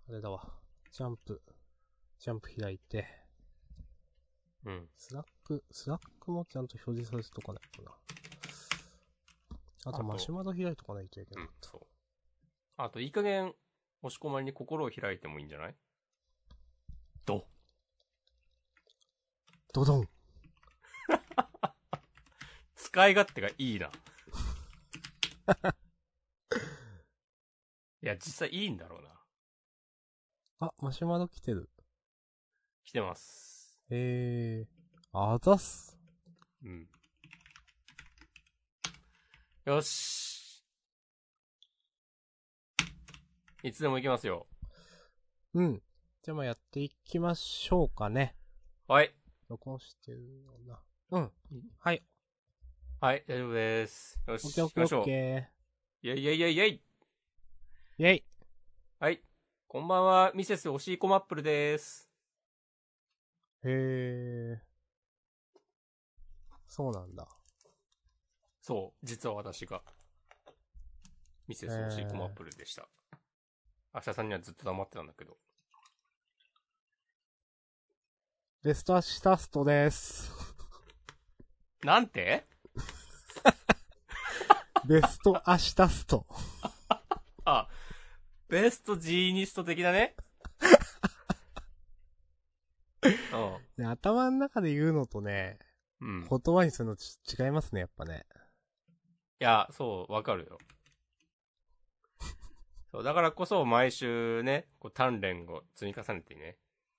あれだわ。ジャンプ開いて、 うん。 スラックもちゃんと表示させとかないとな。あとマシュマロ開いとかないといけない。 そう。あと、いい加減、押し込まりに心を開いてもいいんじゃない？ドドン使い勝手がいいな。いや、実際いいんだろうな。 あ、マシュマロ来てる。 来てます。 あざっす。 うん。よし。いつでも行きますよ。 うん。じゃあまあやっていきましょうかね。 はい。 録音してるよな。うん。はい。 はい、大丈夫です。よし、 オッケーオッケーオ行きましょッケう。イェイイェイイェイイェイ。 ー。イェイ。 はい。こんばんは、ミセスおしいこマップルです。 そうなんだ。 そう、実は私が、ミセスおしいこマップルでした。明日さんにはずっと黙ってたんだけど。 ベストアシタストです。 なんてベストアシタスト。 あ、ベストジーニスト的だね。 ね、頭の中で言うのとね、 うん。 言葉にするの違いますね、やっぱね。 いや、そう、わかるよ。そう、だからこそ毎週ね、こう鍛錬を積み重ねてね、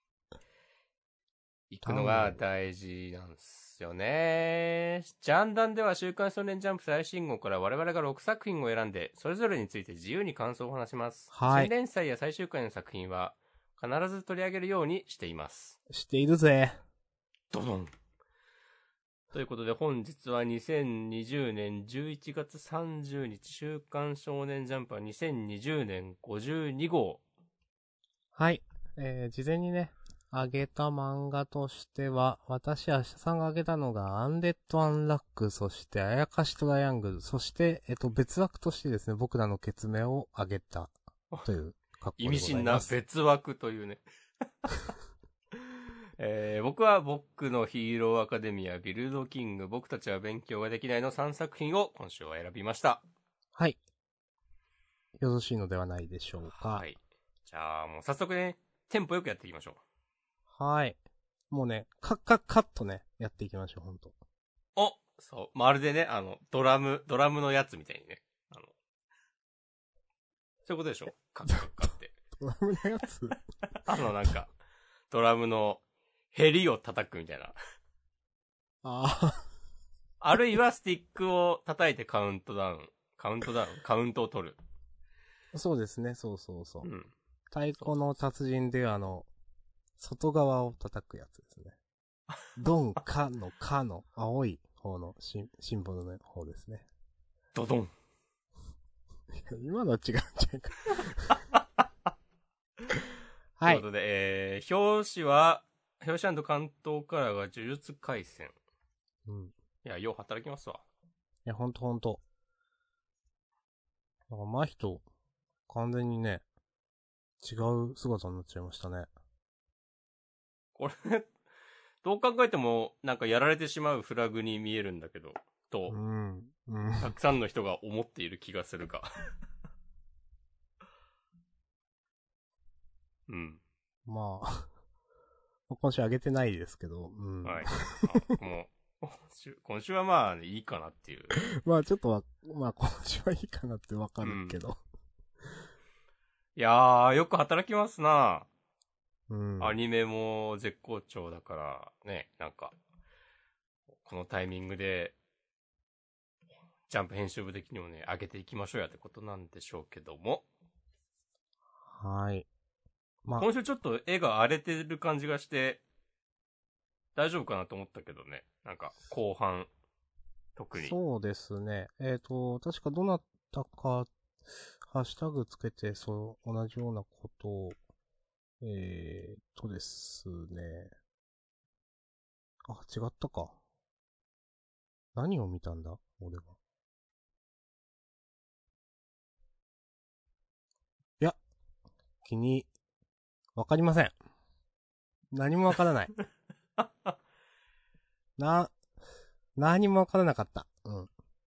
行くのが大事なんですよね。ジャンダンでは週刊少年ジャンプ最新号から我々が6作品を選んで、それぞれについて自由に感想を話します。 はい。 新連載や最終回の作品は必ず取り上げるようにしています。 しているぜ。 ドドン。ということで本日は2020年11月30日週刊少年ジャンプは2020年52号。 はい。事前にね、あげた漫画としては、私、明日さんがあげたのが、アンデッド・アンラック、そして、あやかしトライアングル、そして、別枠としてですね、僕らの決命をあげた、という格好でございます。 意味深な別枠というね。僕は僕のヒーローアカデミア、ビルドキング、僕たちは勉強ができないの3作品を今週は選びました。 はい。よろしいのではないでしょうか。 はい。じゃあもう早速ね、テンポよくやっていきましょう。はい。もうね、カッとね、やっていきましょう、ほんと。 お、そう、まるでね、ドラムのやつみたいにね。そういうことでしょ？カッカッカって。 ドラムのやつなんか、ドラムのヘリを叩くみたいな。あるいはスティックを叩いてカウントを取る。 そうですね、そうそうそう。 うん。 太鼓の達人で外側を叩くやつですね。ドン、カの青い方のシンボルの方ですね。 ドドン。 今のは違うんじゃないか。はい。 ということで、表紙関東カラーが呪術廻戦。 うん。 いや、よう働きますわ。 いや、ほんと。なんか、真人、完全にね、違う姿になっちゃいましたね。 これ、どう考えても、なんかやられてしまうフラグに見えるんだけど、と、たくさんの人が思っている気がするが。うん。 まあ、今週あげてないですけど、うん。 はい。もう、今週はまあ、いいかなっていう。 まあちょっとまあ今週はいいかなってわかるけど。 いやー、よく働きますな。 うん。 アニメも絶好調だから、ね、なんか、このタイミングで、ジャンプ編集部的にもね、上げていきましょうやってことなんでしょうけども。 はい。まあ、 今週ちょっと絵が荒れてる感じがして、大丈夫かなと思ったけどね。なんか、後半、特に。 そうですね。確かどなたか、ハッシュタグつけて、同じようなことを、ですね。あ、違ったか。何を見たんだ俺は。いや、気にわかりません。何もわからない。何もわからなかった。うん。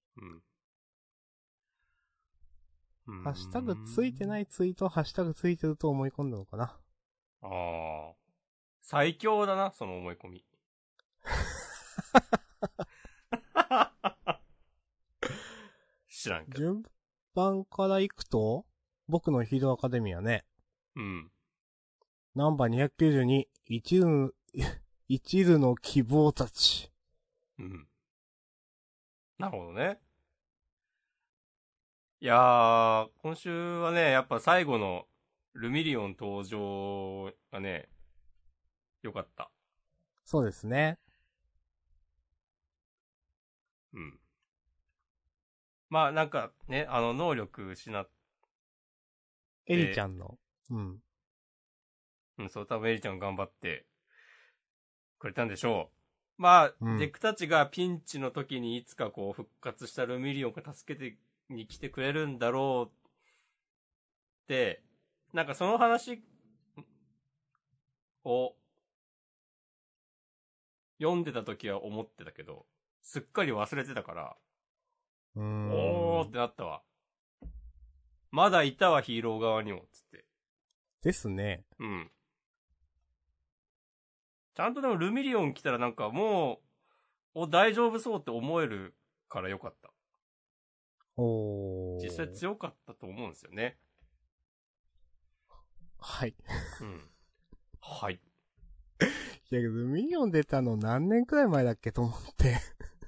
うん。 ハッシュタグついてないツイート、ハッシュタグついてると思い込んだのかな。 ああ。最強だな、その思い込み。知らんけど。 順番から行くと、僕のヒーローアカデミアね。 うん。 ナンバー292、一途の希望たち。 うん。なるほどね。いやー、今週はね、やっぱ最後のルミリオン登場がね、よかった。 そうですね。 うん。まあなんかね、能力失って、 エリちゃんの。うん。 うん、そう、多分エリちゃん頑張ってくれたんでしょう。まあ、 うん。 デクたちがピンチの時にいつかこう復活したルミリオンが助けてに来てくれるんだろうって、なんかその話を読んでた時は思ってたけど、すっかり忘れてたから、おーってなったわ。まだいたわ、ヒーロー側にも、つって。 ですね。 うん。ちゃんとでもルミリオン来たらなんかもう、大丈夫そうって思えるからよかった。 おー。 実際強かったと思うんですよね。 はい。 うん。はい。 いや、ルミニオン出たの何年くらい前だっけと思って。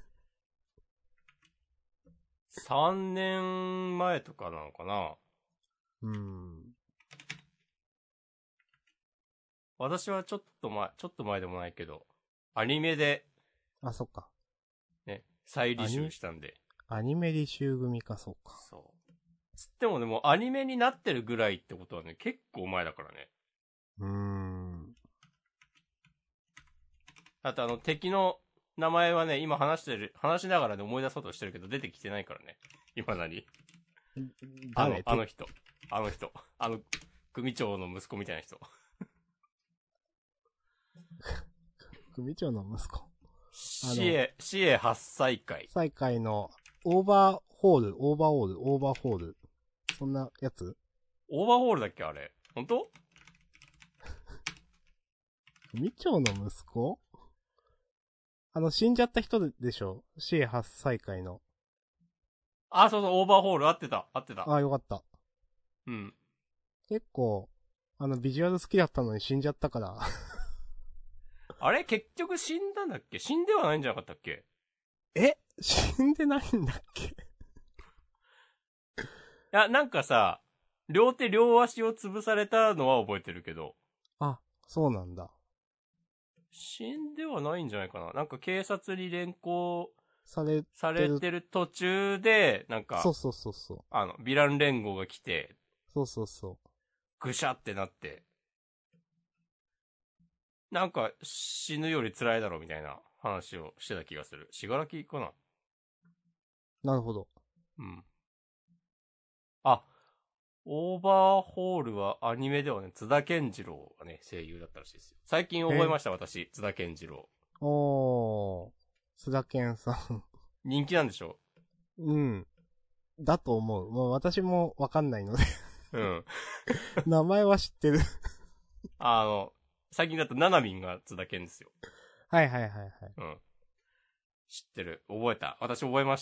3年前とかなのかな。 うん。 私はちょっと前でもないけど、アニメで、 あ、そっか。 ね、再履修したんで。 アニメ履修組か、そうか。 そう。つってもね、もうアニメになってるぐらいってことはね、結構前だからね。あと敵の名前はね、今話しながらで思い出そうとしてるけど、出てきてないからね。今何誰あの人。組長の息子みたいな人。 組長の息子。 シエ8歳会。 再会の、オーバーホール。そんなやつオーバーホールだっけあれ。本当？ 組長の息子死んじゃった人でしょシエ8歳会の。 あ、そうそう、オーバーホール合ってた。 あ、よかった。 うん。 結構、ビジュアル好きだったのに死んじゃったから。 あれ結局死んだんだっけ？死んではないんじゃなかったっけ？ 死んでないんだっけ？ いや、なんかさ、両手両足を潰されたのは覚えてるけど。 あ、そうなんだ。 死んではないんじゃないかな。なんか警察に連行されてる途中で、なんか、 そう。 ヴィラン連合が来て、 そう。 ぐしゃってなって、なんか死ぬより辛いだろみたいな話をしてた気がする。しがらきかな。 なるほど。 うん。あ、オーバーホールはアニメではね、津田健次郎がね、声優だったらしいですよ。最近覚えました、私、津田健次郎。 須田健さん。 人気なんでしょ？ うん。だと思う。もう私もわかんないのでうん。 名前は知ってる最近だとナナミンが津田健ですよ。 はい。 うん。知ってる。覚えた。私覚えました。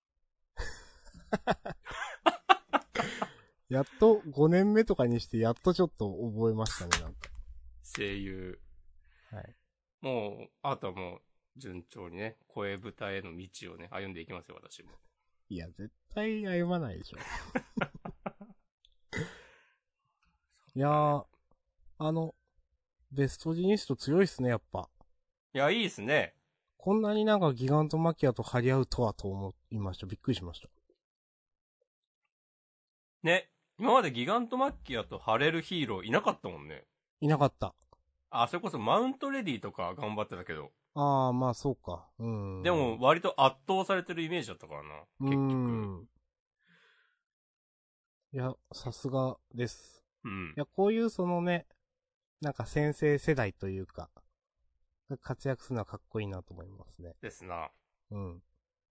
やっと5年目とかにしてやっとちょっと覚えましたね、なんか。 声優。 はい。 もう、あとはもう、順調にね、声舞台への道をね、歩んでいきますよ、私も。 いや、絶対歩まないでしょ。いやー、ベストジニスト強いっすね、やっぱ。 いや、いいですね。 こんなになんかギガントマキアと張り合うとはと思いました。びっくりしました。 ね。今までギガントマッキアとハレるヒーローいなかったもんね。 いなかった。 あ、それこそマウントレディとか頑張ってたけど。 あー、まあそうか。 でも、割と圧倒されてるイメージだったからな。結局。 いや、さすがです。 うん。 いや、こういうそのね、 なんか先生世代というか、活躍するのはかっこいいなと思いますね。 ですな。 うん。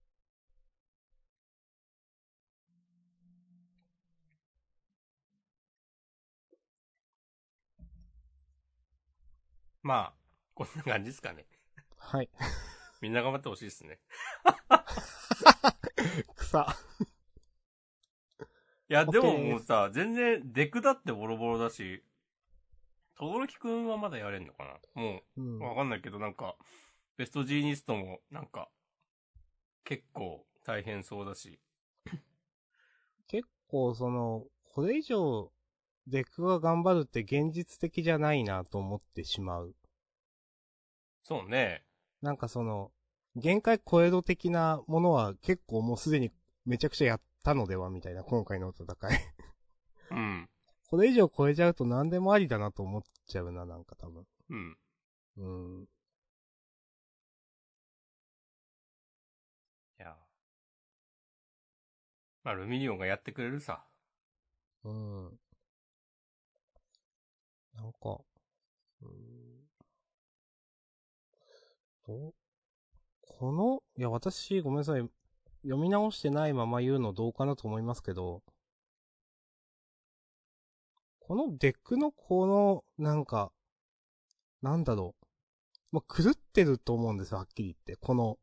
まあ、こんな感じですかね。 はい。 みんな頑張ってほしいですね。 草。 いや、で OK もです。 もうさ、全然デクだってボロボロだし、とどろきくんはまだやれんのかなもう、 うん。 わかんないけどなんか、ベストジーニストもなんか、結構大変そうだし。 結構これ以上、デクが頑張るって現実的じゃないなと思ってしまう。 そうね。 なんか限界超え度的なものは結構もうすでにめちゃくちゃやったのではみたいな、今回の戦い。 うん。 これ以上超えちゃうと何でもありだなと思っちゃうな、なんか多分。 うん。 うん。 いや。まあ、ルミニオンがやってくれるさ。 うん。なんか、うん、どういや、私、ごめんなさい。読み直してないまま言うのどうかなと思いますけど、このデックのなんか、なんだろう。まあ、狂ってると思うんですよ、はっきり言って。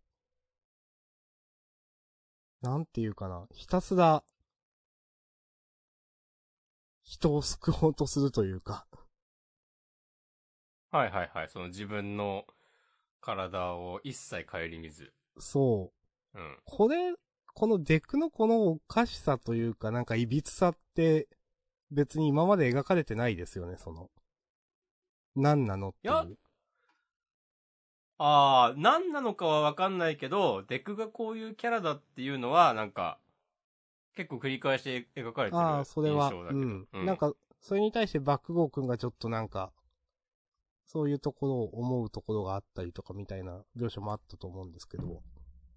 なんていうかな。ひたすら、人を救おうとするというか。 はいはいはい。その自分の体を一切顧みず。 そう。 うん。 このデクのこのおかしさというか、なんか歪さって、別に今まで描かれてないですよね、何なのっいや、 ていう。 何なのかはわかんないけど、デクがこういうキャラだっていうのは、なんか、結構繰り返し描かれてああ、 る印それは、 象だけど。 うん。 うん。 なんか、それに対して爆豪くんがちょっとなんか、そういうところを思うところがあったりとかみたいな描写もあったと思うんですけど。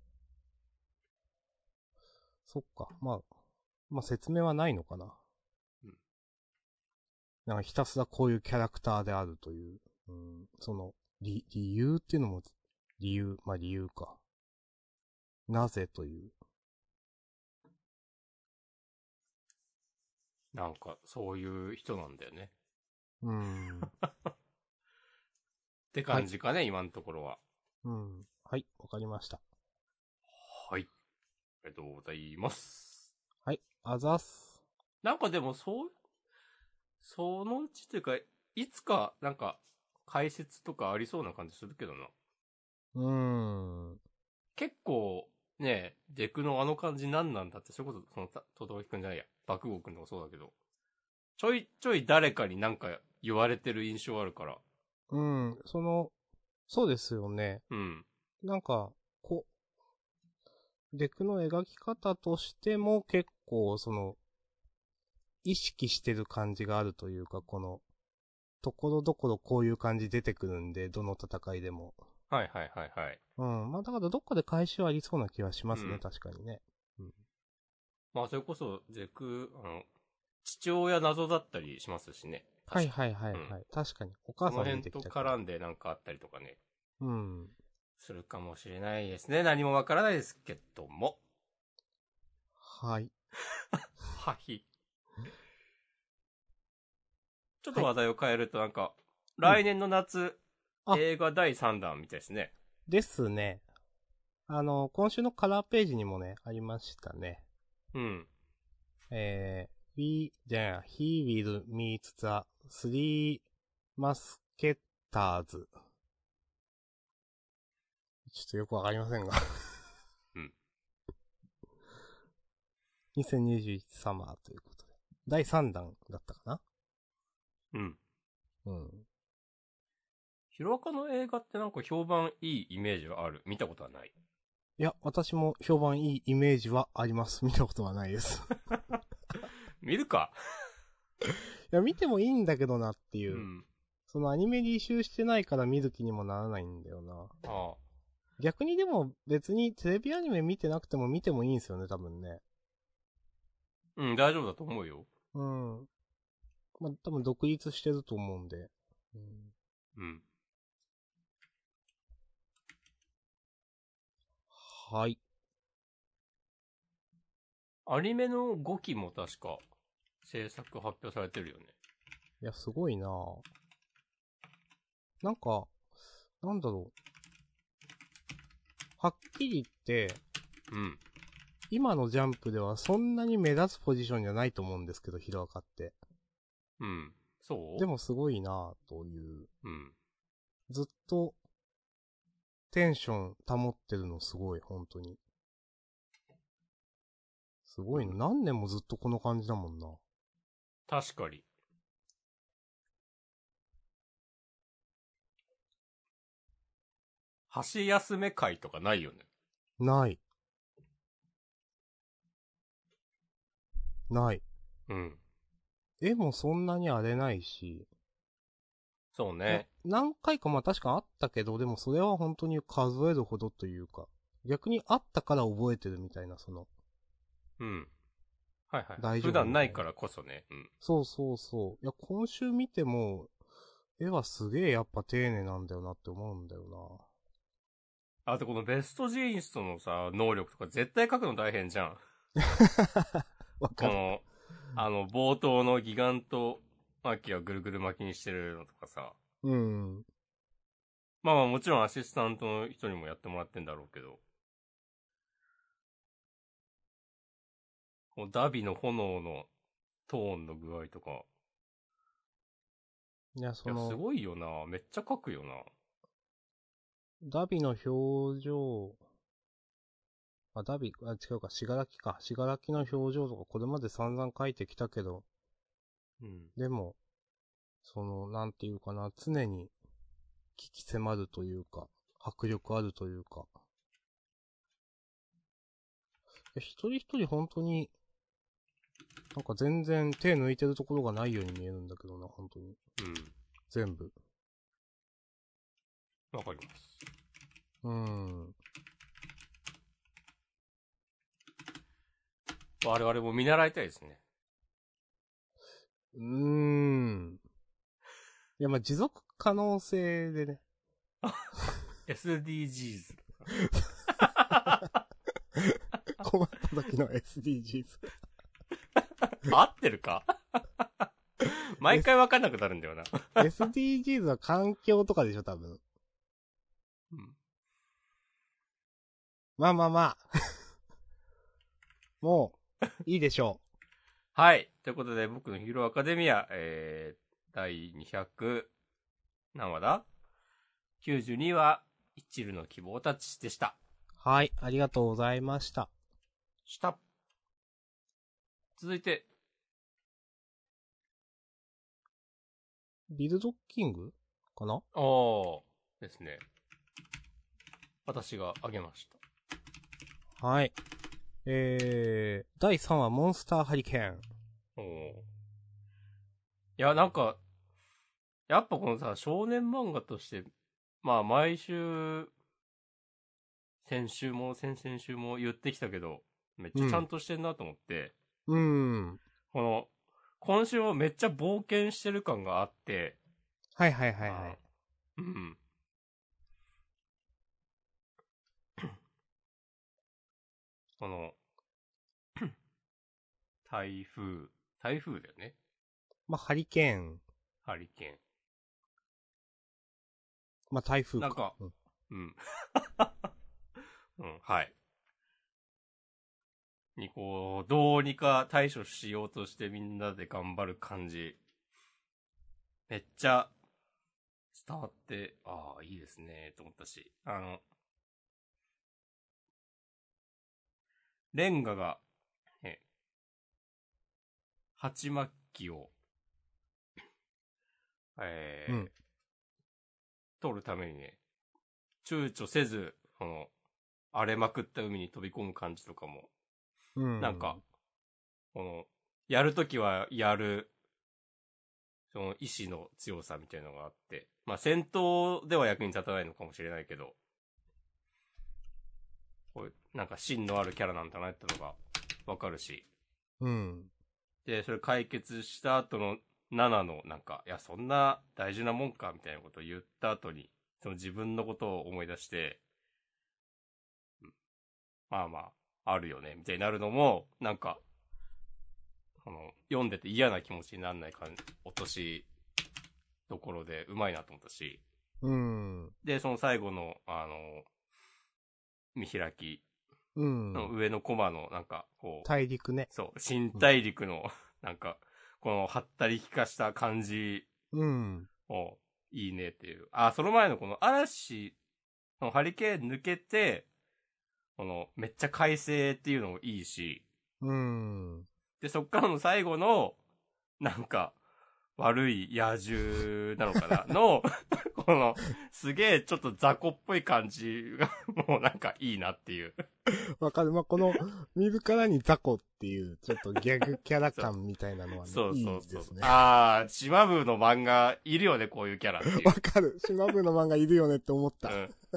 そっか。まあ説明はないのかな。 うん。 なんかひたすらこういうキャラクターであるという。うん、理由っていうのも、まあ理由か。なぜという。 なんか、そういう人なんだよね。 うん。 ってはい。 感じかね、今のところは。 うん。はい、わかりました。 はい。ありがとうございます。 はい、あざっす。 なんかでも、そのうちというか、いつか、なんか、解説とかありそうな感じするけどな。 うーん。 結構、ね、デクのあの感じ何なんだって、それこそ、トトロキくんじゃないや、爆豪くんとかそうだけど、ちょいちょい誰かになんか言われてる印象あるから。 うん。そうですよね。 うん。 なんか、デクの描き方としても結構意識してる感じがあるというか、ところどころこういう感じ出てくるんで、どの戦いでも。 はいはいはいはい。 うん。まあだからどっかで回収ありそうな気はしますね、 うん。 確かにね。うん。 まあそれこそ、父親謎だったりしますしね。確か。 はいはいはいうん。 はい。確かに。お母さん出その辺とてきたから。 絡んでなんかあったりとかね、 うん。 するかもしれないですね。何もわからないですけども。 はい。 はい。ちょっはい。 と話題を変えるとなんか、 うん。 来年の夏、 あ、 映画第3弾みたいですね。 ですね。今週のカラーページにもね、ありましたね。 うん。 He will meet the three musketeers. ちょっとよくわかりませんがうん。 2021サマーということで。第3弾だったかな。 うん。 うん。 ヒロアカの映画ってなんか評判いいイメージはある。見たことはない。 いや、私も評判いいイメージはあります。見たことはないです見るか。 いや、見てもいいんだけどなっていう。 うん。 そのアニメ履修してないから見る気にもならないんだよな。 ああ。 逆にでも別にテレビアニメ見てなくても見てもいいんですよね、多分ね。 うん、大丈夫だと思うよ。 うん。まあ、多分独立してると思うんで。 うん。 はい。 アニメの5期も確か制作発表されてるよね。 いや、すごいなぁ。なんか、なんだろう。はっきり言って、 うん。 今のジャンプではそんなに目立つポジションじゃないと思うんですけど、ヒロアカって。 うん。そう。 でもすごいなぁという。 うん。 ずっとテンション保ってるのすごい、本当に。すごいな。 うん。 何年もずっとこの感じだもんな。 確かに。箸休め会とかないよね。 ない。ない。 うん。 絵もそんなに荒れないし。いや、 そうね。 何回かまあ確かあったけど、でもそれは本当に数えるほどというか、逆にあったから覚えてるみたいな、その、 うん。はいはいはい。 大普丈夫みたいな。 段ないからこそね。うん。 そうそうそう。いや、今週見ても、絵はすげえやっぱ丁寧なんだよなって思うんだよあとこのベストジーニストのさ、能力とか絶対書くの大変じゃん。 な。わかる。 この、冒頭のギガント巻きをぐるぐる巻きにしてるのとかさ。 うん。 まあまあもちろんアシスタントの人にもやってもらってんだろうけど。このダビの炎のトーンの具合とか。 いや、 いや、すその、 ごいよな。めっちゃ書くよな。 ダビの表情、ダビ、違うか、しがらきか。しがらきの表情とかこれまで散々描いてきたけど、 うん。 でも、その、なんていうかな、常に聞き迫るというか、迫力あるというか。一人一人本当に、なんか全然手抜いてるところがないように見えるんだけどな、本当に。 うん。 全部。 わかります。我々も見習いたいですね。 うーん。いや、まあ、持続可能性でね。 SDGs。 困った時の SDGs。 合ってるか毎回わかんなくなるんだよな。 SDGs は環境とかでしょ、多分。 うん、 まあまあまあ。もう、いいでしょはい。ということで、僕のヒーローアカデミア、第200、何話だ ?92 話、一縷の希望たちでした。 う。はい、ありがとうございました。 続いて、 ビルドッキングかなですね。私があげました。 はい。第3話、モンスターハリケーン。 いや、なんか、やっぱこのさ、少年漫画として、まあ毎週、先週も先々週も言ってきたけど、めっちゃちゃんとしてんなと思って、 うん。 この、今週もめっちゃ冒険してる感があって、 はいはいはいはい。 うん。この、台風だよね。 まあ、ハリケーン。 ハリケーン。 まあ、台風か。 なんか、 うん。 うん。うん、はい。にこう、どうにか対処しようとしてみんなで頑張る感じ。めっちゃ伝わって、ああ、いいですね、と思ったし。レンガが、ね、鉢巻きを、 うん。 取るためにね、躊躇せず、荒れまくった海に飛び込む感じとかも、 うん。 なんか、やるときはやる、その意志の強さみたいなのがあって、まあ戦闘では役に立たないのかもしれないけど、こういう、なんか芯のあるキャラなんだなってのがわかるし、 うん。 で、それ解決した後の 7のなんか、いや、そんな大事なもんか、みたいなことを言った後に、その自分のことを思い出して、まあまあ、あるよね、みたいになるのも、なんか、読んでて嫌な気持ちにならない感じ、落としどころでうまいなと思ったし、で、その最後の、見開き、上のコマの、なんか、こう、 大陸ね。 そう、新大陸の、なんか、この、はったり聞かした感じを、いいねっていう。あ、その前のこの嵐のハリケーン抜けて、めっちゃ快晴っていうのもいいし、で、そっからの最後の、なんか、悪い野獣なのかなの、この、すげえちょっと雑魚っぽい感じが、もうなんかいいなっていう。 わかる。まあ、この、自らに雑魚っていう、ちょっとギャグキャラ感みたいなのはね、 そういそうそう。 いですね。 あー、島部の漫画いるよね、こういうキャラっていう。 わかる。島部の漫画いるよねって思った。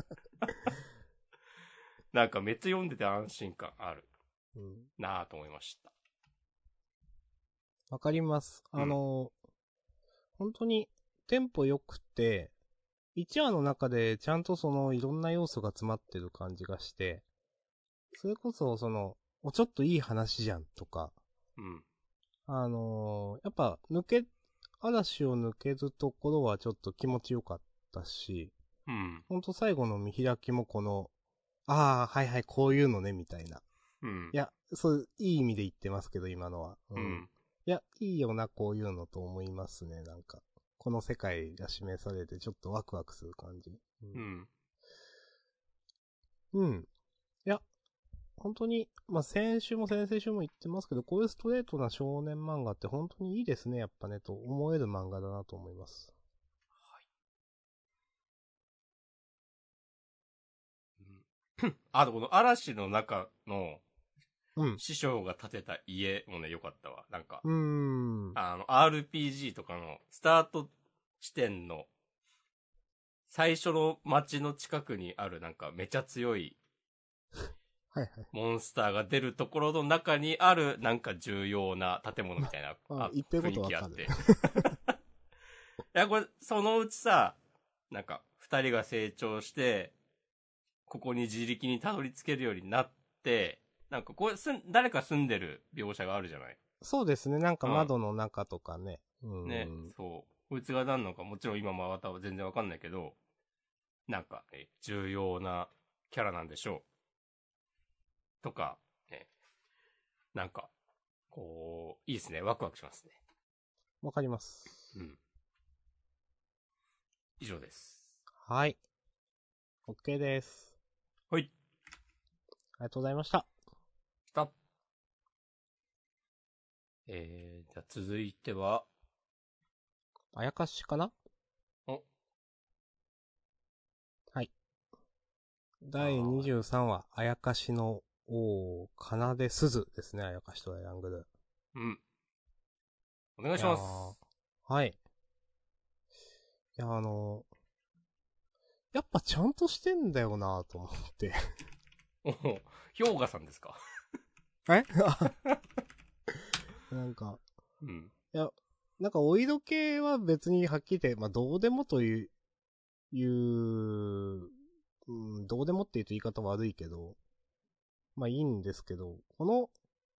なんかめっちゃ読んでて安心感ある。なぁと思いました。 わかります。本当に、テンポ良くて、1話の中でちゃんといろんな要素が詰まってる感じがして、それこそちょっといい話じゃんとか、やっぱ嵐を抜けるところはちょっと気持ちよかったし、ほんと最後の見開きもはいはい、こういうのね、みたいな。いや、いい意味で言ってますけど、今のは。いや、いいよな、こういうのと思いますね、なんか。この世界が示されて、ちょっとワクワクする感じ。いや、本当に、まあ、先週も先々週も言ってますけど、こういうストレートな少年漫画って本当にいいですね、やっぱね、と思える漫画だなと思います。 あとこの嵐の中の、師匠が建てた家もね、良かったわ。なんか、RPG とかのスタート地点の最初の街の近くにあるなんかめちゃ強いモンスターが出るところの中にあるなんか重要な建物みたいな雰囲気あって。いや、これ、そのうちさ、なんか二人が成長して、ここに自力にたどり着けるようになって、なんかこれ誰か住んでる描写があるじゃない？ そうですね、なんか窓の中とかね。 ね、そう。こいつが何なのかもちろん今もまた全然わかんないけど、なんかね、重要なキャラなんでしょう。とか、ね。なんか、こう、いいですね。ワクワクしますね。 わかります。 以上です。 はい。OK です。 はい。 ありがとうございました。 じゃあ続いては、 あやかしかな？はい。第23話、あやかしの王、かなですずですね、あやかしとヤングル。 お願いします。 はい。いや、やっぱちゃんとしてんだよなと思って。 氷河さんですか？ なんか、いや、なんかお色気は別にはっきり言って、まあ、どうでもという、どうでもって言うと言い方悪いけど、まあいいんですけど、この、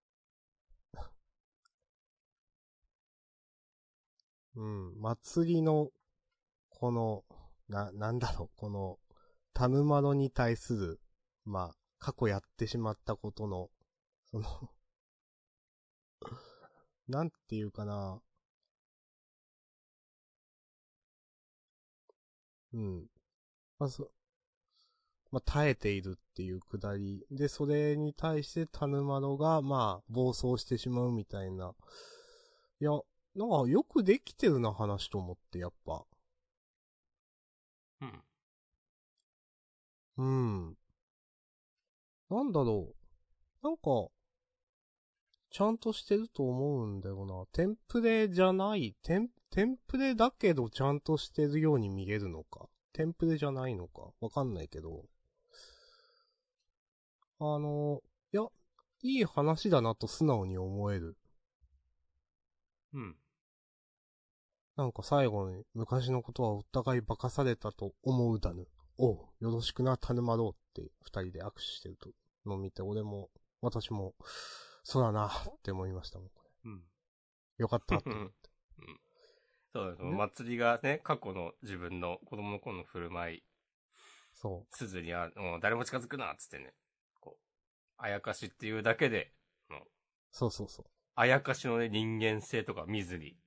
祭りの、なんだろう、この、タヌマロに対する、まあ、過去やってしまったことの、なんていうかな。まあ、耐えているっていうくだり。で、それに対してタヌマロが、まあ、暴走してしまうみたいな。いや、なんかよくできてるな話と思って、やっぱ。なんだろう。なんか、ちゃんとしてると思うんだよな。テンプレじゃない、テンプレだけどちゃんとしてるように見えるのか。テンプレじゃないのか。わかんないけど。いや、いい話だなと素直に思える。 なんか最後に昔のことはお互い化かされたと思うだぬ。おう、よろしくな、たぬまろうって二人で握手してるのを見て、私も、そうだなって思いましたもん、これ。 うん。 よかったって思って。 うん。そうです。 ね、 祭りがね、過去の自分の子供の頃の振る舞い、 そう。 鈴には、もう誰も近づくなっつってね、こう、あやかしっていうだけで、 そうそうそう。 あやかしのね、人間性とか見ずに、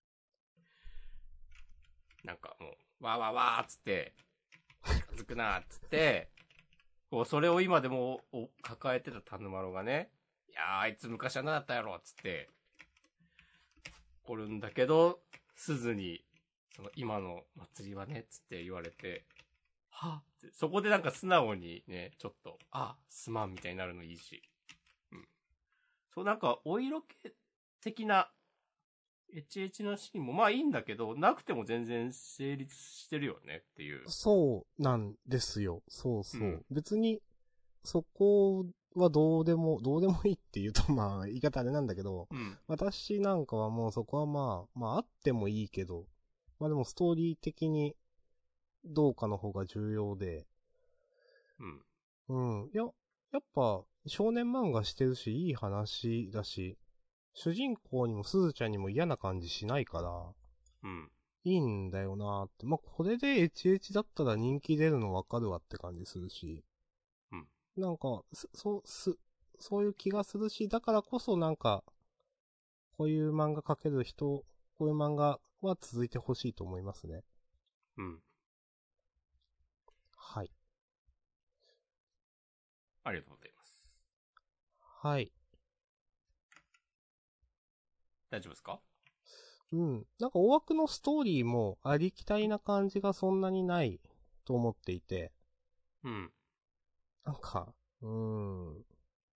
なんかもう、わーわーわーっつって、近づくなっつって、こう、それを今でも抱えてたタヌマロがね、いやー、あいつ昔は何だったやろっつって、怒るんだけど、鈴に、その今の祭りはね、つって言われて、はってそこでなんか素直にね、ちょっと、すまんみたいになるのいいし。うん。そうなんか、お色気的な、エチエチのシーンもまあいいんだけど、なくても全然成立してるよねっていう。 そうなんですよ。そうそう。 うん。 別に、そこはどうでもいいって言うとまあ言い方あれなんだけど、 うん。 私なんかはもうそこはまああってもいいけど、まあでもストーリー的にどうかの方が重要で、 うん。 うん。やっぱ少年漫画してるし、いい話だし、主人公にもすずちゃんにも嫌な感じしないから、 うん。 いいんだよなーって。まあ、これでエチエチだったら人気出るのわかるわって感じするし、 うん。 なんか、そういう気がするし、だからこそなんか、こういう漫画描ける人、こういう漫画は続いてほしいと思いますね。 うん。 はい。 ありがとうございます。 はい。 大丈夫ですか？ うん。なんか大枠のストーリーもありきたりな感じがそんなにないと思っていて、 うん。 なんか、うーん。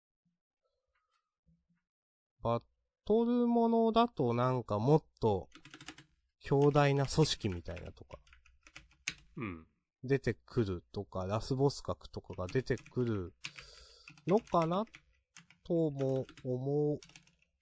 バトルものだとなんかもっと強大な組織みたいなとか、 うん。 出てくるとか、ラスボス格とかが出てくるのかなとも思う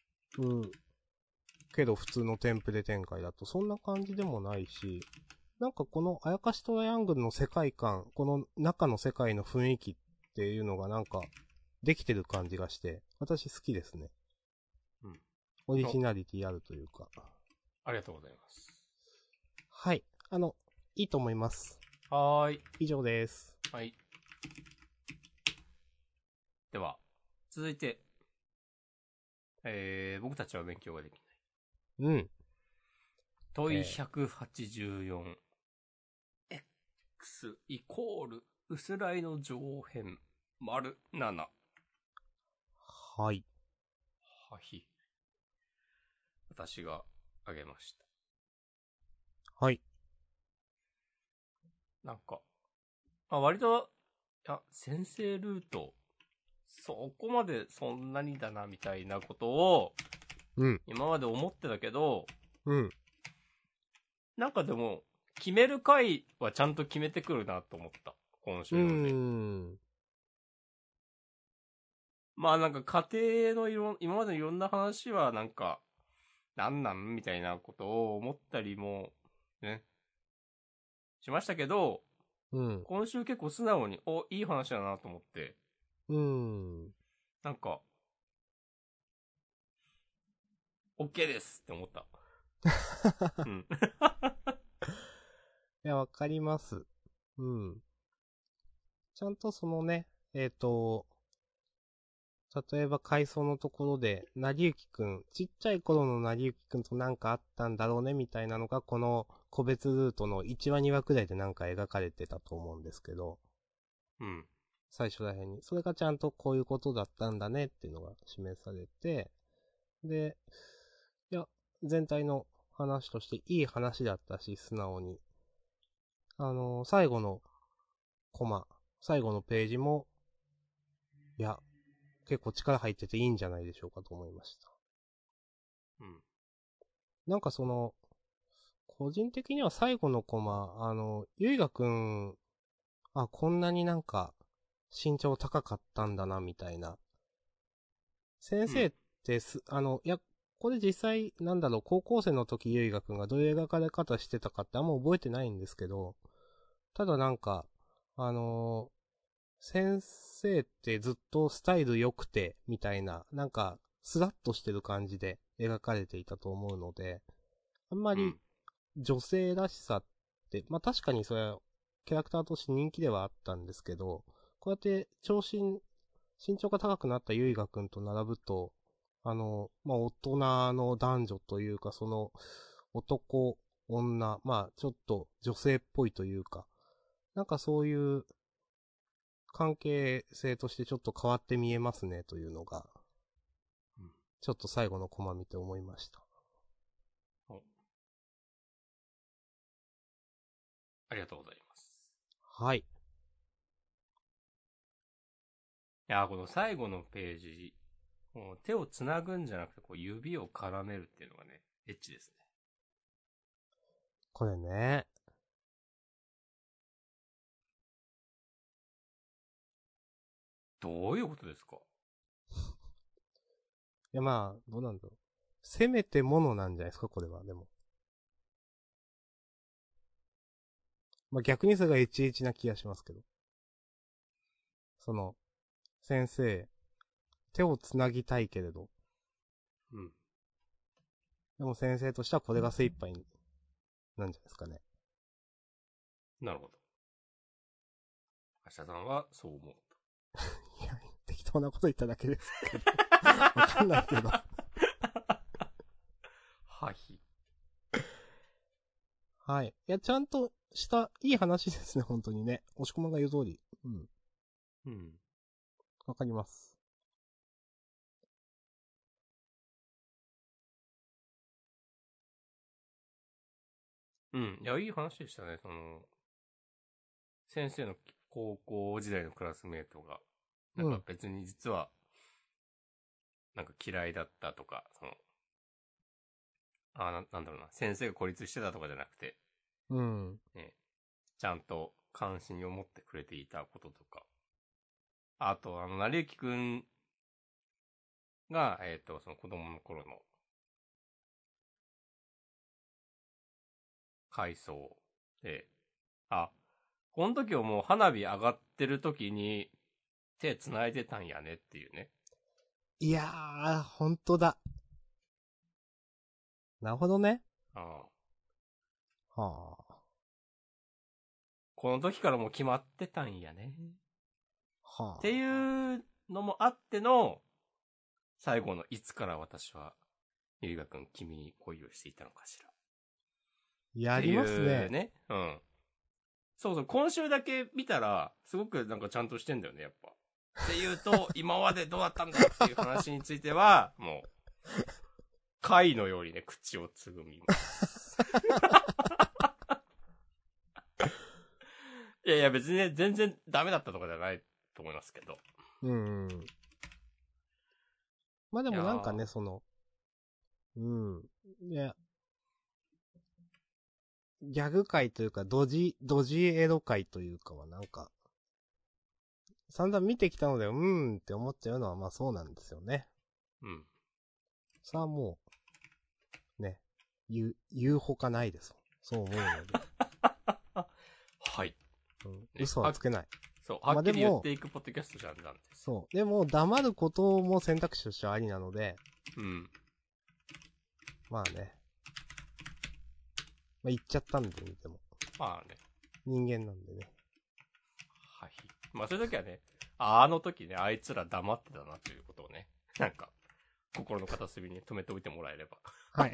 けど、普通のテンプレ展開だとそんな感じでもないし、なんかこのあやかしトライアングルの世界観、この中の世界の雰囲気っていうのがなんかできてる感じがして、私好きですね。 うん。 オリジナリティあるというか。 ありがとうございます。 はい。いいと思います。 はーい。 以上です。 はい。では、続いて、僕たちは勉強ができない。 うん。 問い 184。X イコール、薄らいの上辺、丸7。 はい。 はひ。私があげました。 はい。 なんか、割と、いや、先生ルート、そこまでそんなにだな、みたいなことを、 うん。 今まで思ってたけど、 うん。 なんかでも、決める回はちゃんと決めてくるなと思った。今週うー読んで。 ん。 まあなんか家庭の今までのいろんな話はなんか、なんなんみたいなことを思ったりも、ね、しましたけど、 うん。 今週結構素直に、いい話だなと思って、 うーん。 なんか、OK ですって思った。うん。 いや、わかります。うん。ちゃんとそのね、例えば回想のところで、なりゆきくん、ちっちゃい頃のなりゆきくんとなんかあったんだろうねみたいなのが、この個別ルートの1話2話くらいでなんか描かれてたと思うんですけど、 うん。 最初ら辺に。それがちゃんとこういうことだったんだねっていうのが示されて、で、いや、全体の話としていい話だったし、素直に。最後のコマ、最後のページも、いや、結構力入ってていいんじゃないでしょうかと思いました。 うん。 なんか個人的には最後のコマ、ゆいがくん、こんなになんか、身長高かったんだな、みたいな。先生っうん。 ていや、 これ実際、高校生の時ゆいがくんがどういう描かれ方してたかってあんま覚えてないんですけど、ただあの先生ってずっとスタイル良くて、みたいな、スラッとしてる感じで描かれていたと思うので、あんまりうん。 女性らしさって、まあ確かにそれはキャラクターとして人気ではあったんですけど、こうやって身長が高くなったゆいがくんと並ぶと、まあ大人の男女というか、その男、女、まあちょっと女性っぽいというか、そういう関係性としてちょっと変わって見えますねというのが、 うん。 ちょっと最後のコマ見て思いました。 お、ありがとうございます。 はい。 いや、この最後のページ、もう手を繋ぐんじゃなくて、こう指を絡めるっていうのがね、エッチですね。 これね。 どういうことですか？ いやまあ、どうなんだろう。せめてものなんじゃないですか、これは、でも。まあ逆にそれがエチエチな気がしますけど。その、先生、手を繋ぎたいけれど、 うん。 でも先生としてはこれが精一杯なんじゃないですかね。 なるほど。明日さんはそう思ういや、適当なこと言っただけですけど。わかんないけど。 と。はひ。 はい。いや、ちゃんとした、いい話ですね、本当にね。押し込まが言う通り。うん。 うん。 わかります。 うん。いや、いい話でしたね。その、先生の高校時代のクラスメイトが、 うん。 別に実は、嫌いだったとか、その、なんだろうな、先生が孤立してたとかじゃなくて、 うん。 ね、ちゃんと関心を持ってくれていたこととか、あと、成幸くんが、その子供の頃の回想で、あ、この時はもう花火上がってる時に手繋いでたんやねっていうね。 いやー、本当だ。なるほどね。 あ、 はあ。 この時からもう決まってたんやね。ってはあ。 いうのもあっての、最後のいつから私は、ゆいがくん君に恋をしていたのかしら。ってやりますね。 いうね。うん。そうそう、今週だけ見たら、すごくちゃんとしてんだよね、やっぱ。っていうと、今までどうだったんだっていう話については、もう、貝のようにね、口をつぐみます。いやいや、別にね、全然ダメだったとかじゃないと思いますけど。 うん。まあでいやー、 もうん。いや、ギャグ界というか、ドジエロ界というかは散々見てきたので、って思っちゃうのはまあそうなんですよね。 うん。 さあもね、言うほかないです。そう思うので。 はい。 うん、 ね、 嘘はつけない。 そう、はまあでも、 っきり言っていくポッドキャストじゃんなんです。 そう。でも、黙ることも選択肢としてはありなので、 うん。 まあね。まあ言っちゃったんで、見ても。 まあね。 人間なんでね。 はい。まあそういう時はね、あの時ね、あいつら黙ってたなということをね、心の片隅に留めておいてもらえれば。 はい。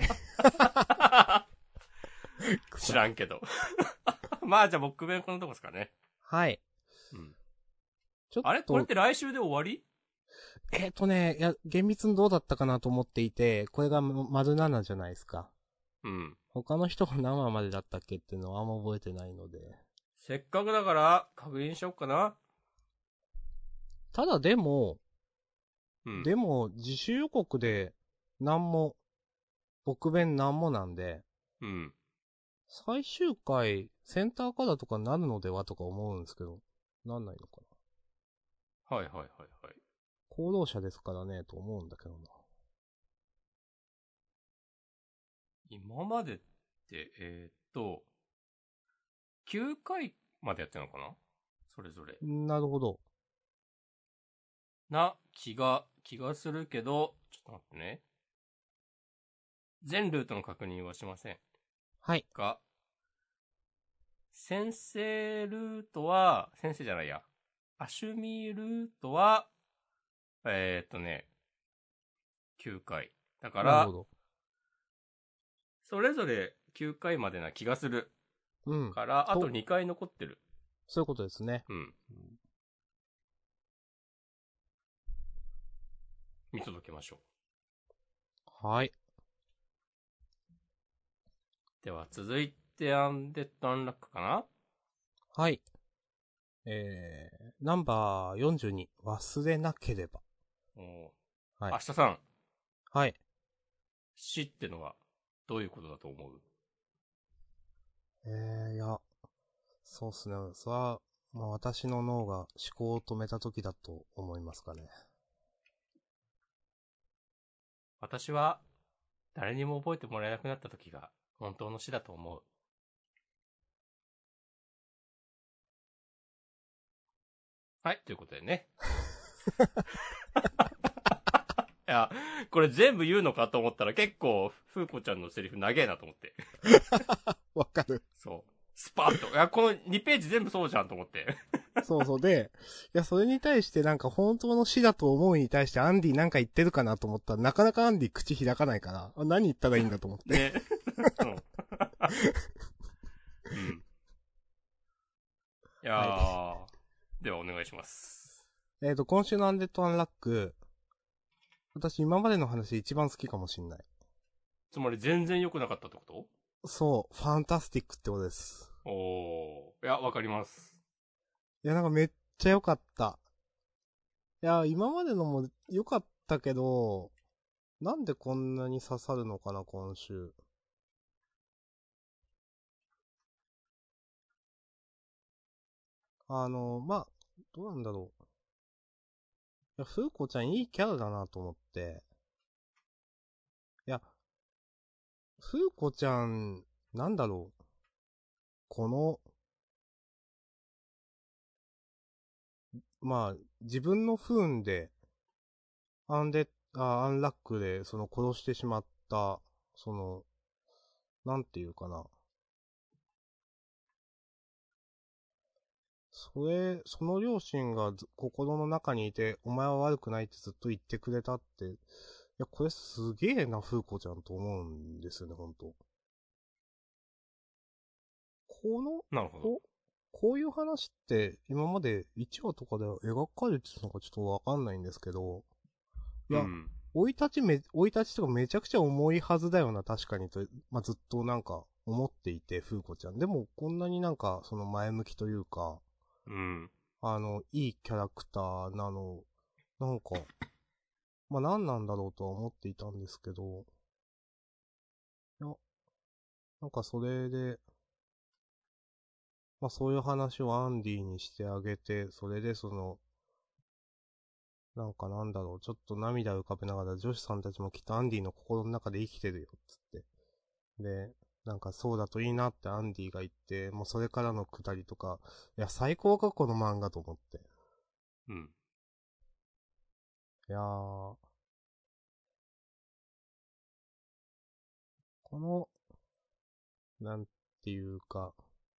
知らんけど。まあじゃあ僕弁このとこですかね。 はい。 うん。 ちょっあれこれっと、 て来週で終わり？ いや、厳密にどうだったかなと思っていて、これが丸7じゃないですか。 うん。 他の人が何話までだったっけっていうのはあんま覚えてないので。 せっかくだから確認しよっかな。 ただでも、 うん。 自主予告で、なんも、僕弁なんもなんで、 うん。 最終回、センターカラーとかなるのではとか思うんですけど、なんないのかな。 はいはいはいはい。 行動者ですからね、と思うんだけどな。 今までって、9回までやってるのかなそれぞれ。 なるほど。 な気がするけど、ちょっと待ってね。全ルートの確認はしません。 はい。 が、先生ルートは、先生じゃないや。アシュミルートは、9回。だから、 なるほど。 それぞれ9回までな気がする。 うん。 から、あと2回残ってる。 そういうことですね。 うん。見届けましょはい。 う。では、続いてアンデッドアンラックかな。 はい。ナンバー42、忘れなければ。はい。 明日さん。 はい。 死ってのは、どういうことだと思う？ いや、そうっすね。それは、まあ私の脳が思考を止めた時だと思いますかね。 私は、誰にも覚えてもらえなくなった時が、本当の死だと思う。はい、ということでね。いや、これ全部言うのかと思ったら結構、風子ちゃんのセリフ長えなと思って。 わかる。 そう。スパッと。いや、この2ページ全部そうじゃんと思って。 そうそうで、いや、それに対してなんか本当の死だと思うに対してアンディなんか言ってるかなと思ったら、なかなかアンディ口開かないから、あ、何言ったらいいんだと思って。 ね。うん。いやー、 はではお願いします。 今週のアンデッドアンラック、私今までの話一番好きかもしんない。 つまり全然良くなかったってこそう、ファンタスティックってことです。 と？おー。いや、わかります。 いや、なんかめっちゃ良かった。いや、今までのも良かったけど、なんでこんなに刺さるのかな、今週。まあ、どうなんだろう。いや、風子ちゃんいいキャラだなと思って。いや、風子ちゃん、なんだろう。この、まあ、自分の不運で、アンラックで、殺してしまった、その、なんていうかな。その両親が心の中にいて、お前は悪くないってずっと言ってくれたって、いや、これすげえな、風子ちゃんと思うんですよね、ほんと。この、 なるほど。 こういう話って今まで1話とかで描かれてたのかちょっとわかんないんですけど、いや、 うん。 生い立ちとかめちゃくちゃ重いはずだよな、確かにと、まあ、ずっとなんか思っていて、風子ちゃん。でも、こんなになんか、その前向きというか、 うん。 いいキャラクターなの、なんか、まあ、何なんだろうとは思っていたんですけど、いや、なんかそれで、まあ、そういう話をアンディにしてあげて、それでなんかなんだろう、ちょっと涙浮かべながら女子さんたちもきっとアンディの心の中で生きてるよ、つって。で、なんかそうだといいなってアンディが言って、もうそれからのくだりとか、いや、最高か、この漫画と思って。 うん。 いやー、この、なんていうか、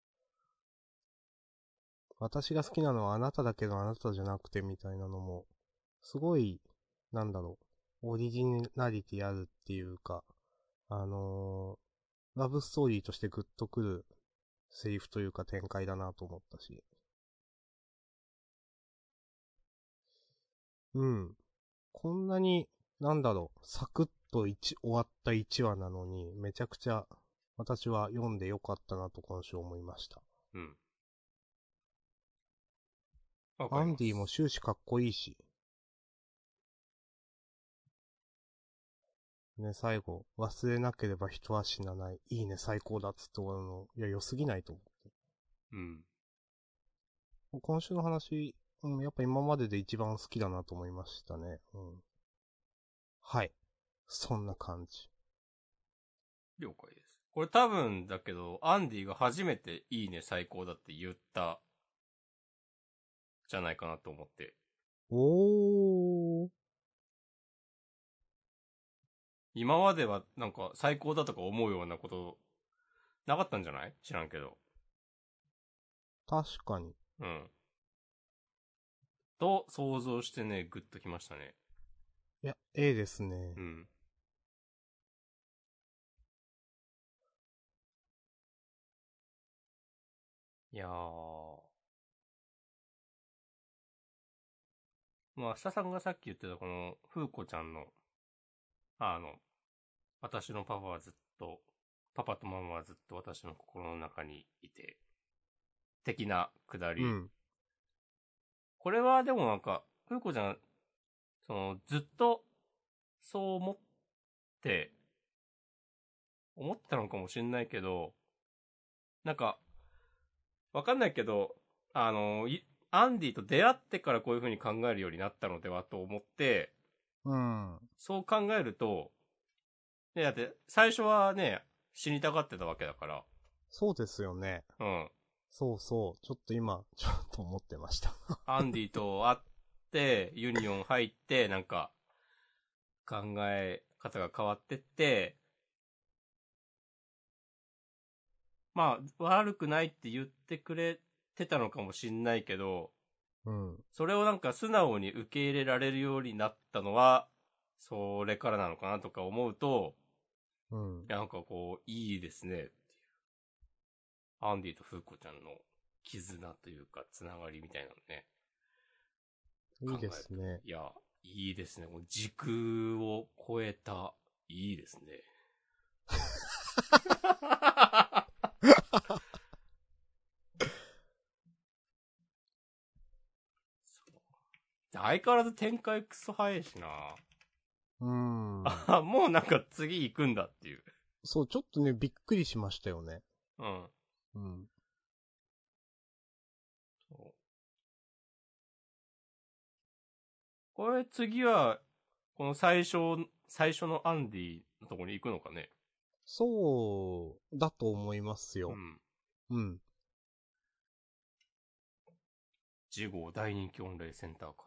私が好きなのはあなただけどあなたじゃなくてみたいなのも、すごい、なんだろう、オリジナリティあるっていうか、あのラブストーリーとしてグッとくるセリフというか展開だなと思ったし。うん。こんなに、なんだろう、サクッと終わった1話なのに、めちゃくちゃ、私は読んでよかったなと今週思いました。 うん。わかアンディもります。 終始かっこいいし。ね、最後、忘れなければ人は死なない。いいね、最高だっつって終わるの。いや、良すぎないと思って。 うん。 今週の話、うん、やっぱ今までで一番好きだなと思いましたね。うん。はい。そんな感じ。 了解です。これ多分だけど、アンディが初めていいね最高だって言った、じゃないかなと思って。 おー。 今まではなんか最高だとか思うようなことなかったんじゃない？知らんけど。 確かに。 うん。と想像してね、グッときましたね。 いや、A ですね。 うん。いやー。まあ、下さんがさっき言ってたこの、風子ちゃんの、あの、私のパパはずっと、パパとママはずっと私の心の中にいて、的なくだり。 うん。 これはでもなんか、風子ちゃん、ずっと、そうて、思ってたのかもしんないけど、なんか、わかんないけど、アンディと出会ってからこういう風に考えるようになったのではと思って、 うん。 そう考えると、ね、だって最初はね、死にたがってたわけだから、 そうですよね。 うん。 そうそう。ちょっと今、ちょっと思ってました。 アンディと会って、ユニオン入って、なんか、考え方が変わってって、まあ、悪くないって言ってくれてたのかもしんないけど、 うん。 それをなんか素直に受け入れられるようになったのは、それからなのかなとか思うと、 うん。 いやなんかこう、いいですねっていう。アンディとフーコちゃんの絆というか、つながりみたいなのね、考いいでえると。 すね。 いや、いいですね。こう時空を超えた、いいですね。相変わらず展開クソ早いしな。 うーん。 あ、もうなんか次行くんだっていう。 そう、ちょっとね、びっくりしましたよね。 うん。 うん。 これ次は、この最初のアンディのところに行くのかね。 そうだと思いますよ。 うん。 うん。 次号大人気御礼センターから。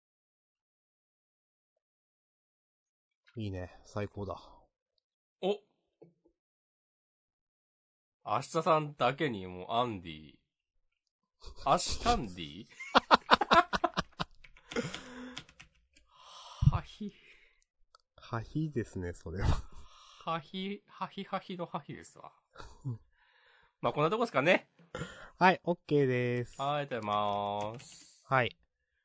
いいね。最高だ。 お、明日さんだけにもうアンディ。アシタンディハヒ。 はひですね、それは。 ハヒのハヒですわ。まあ、こんなとこですかね。 はい、OK です。 はい、ありがとうございます。 はい。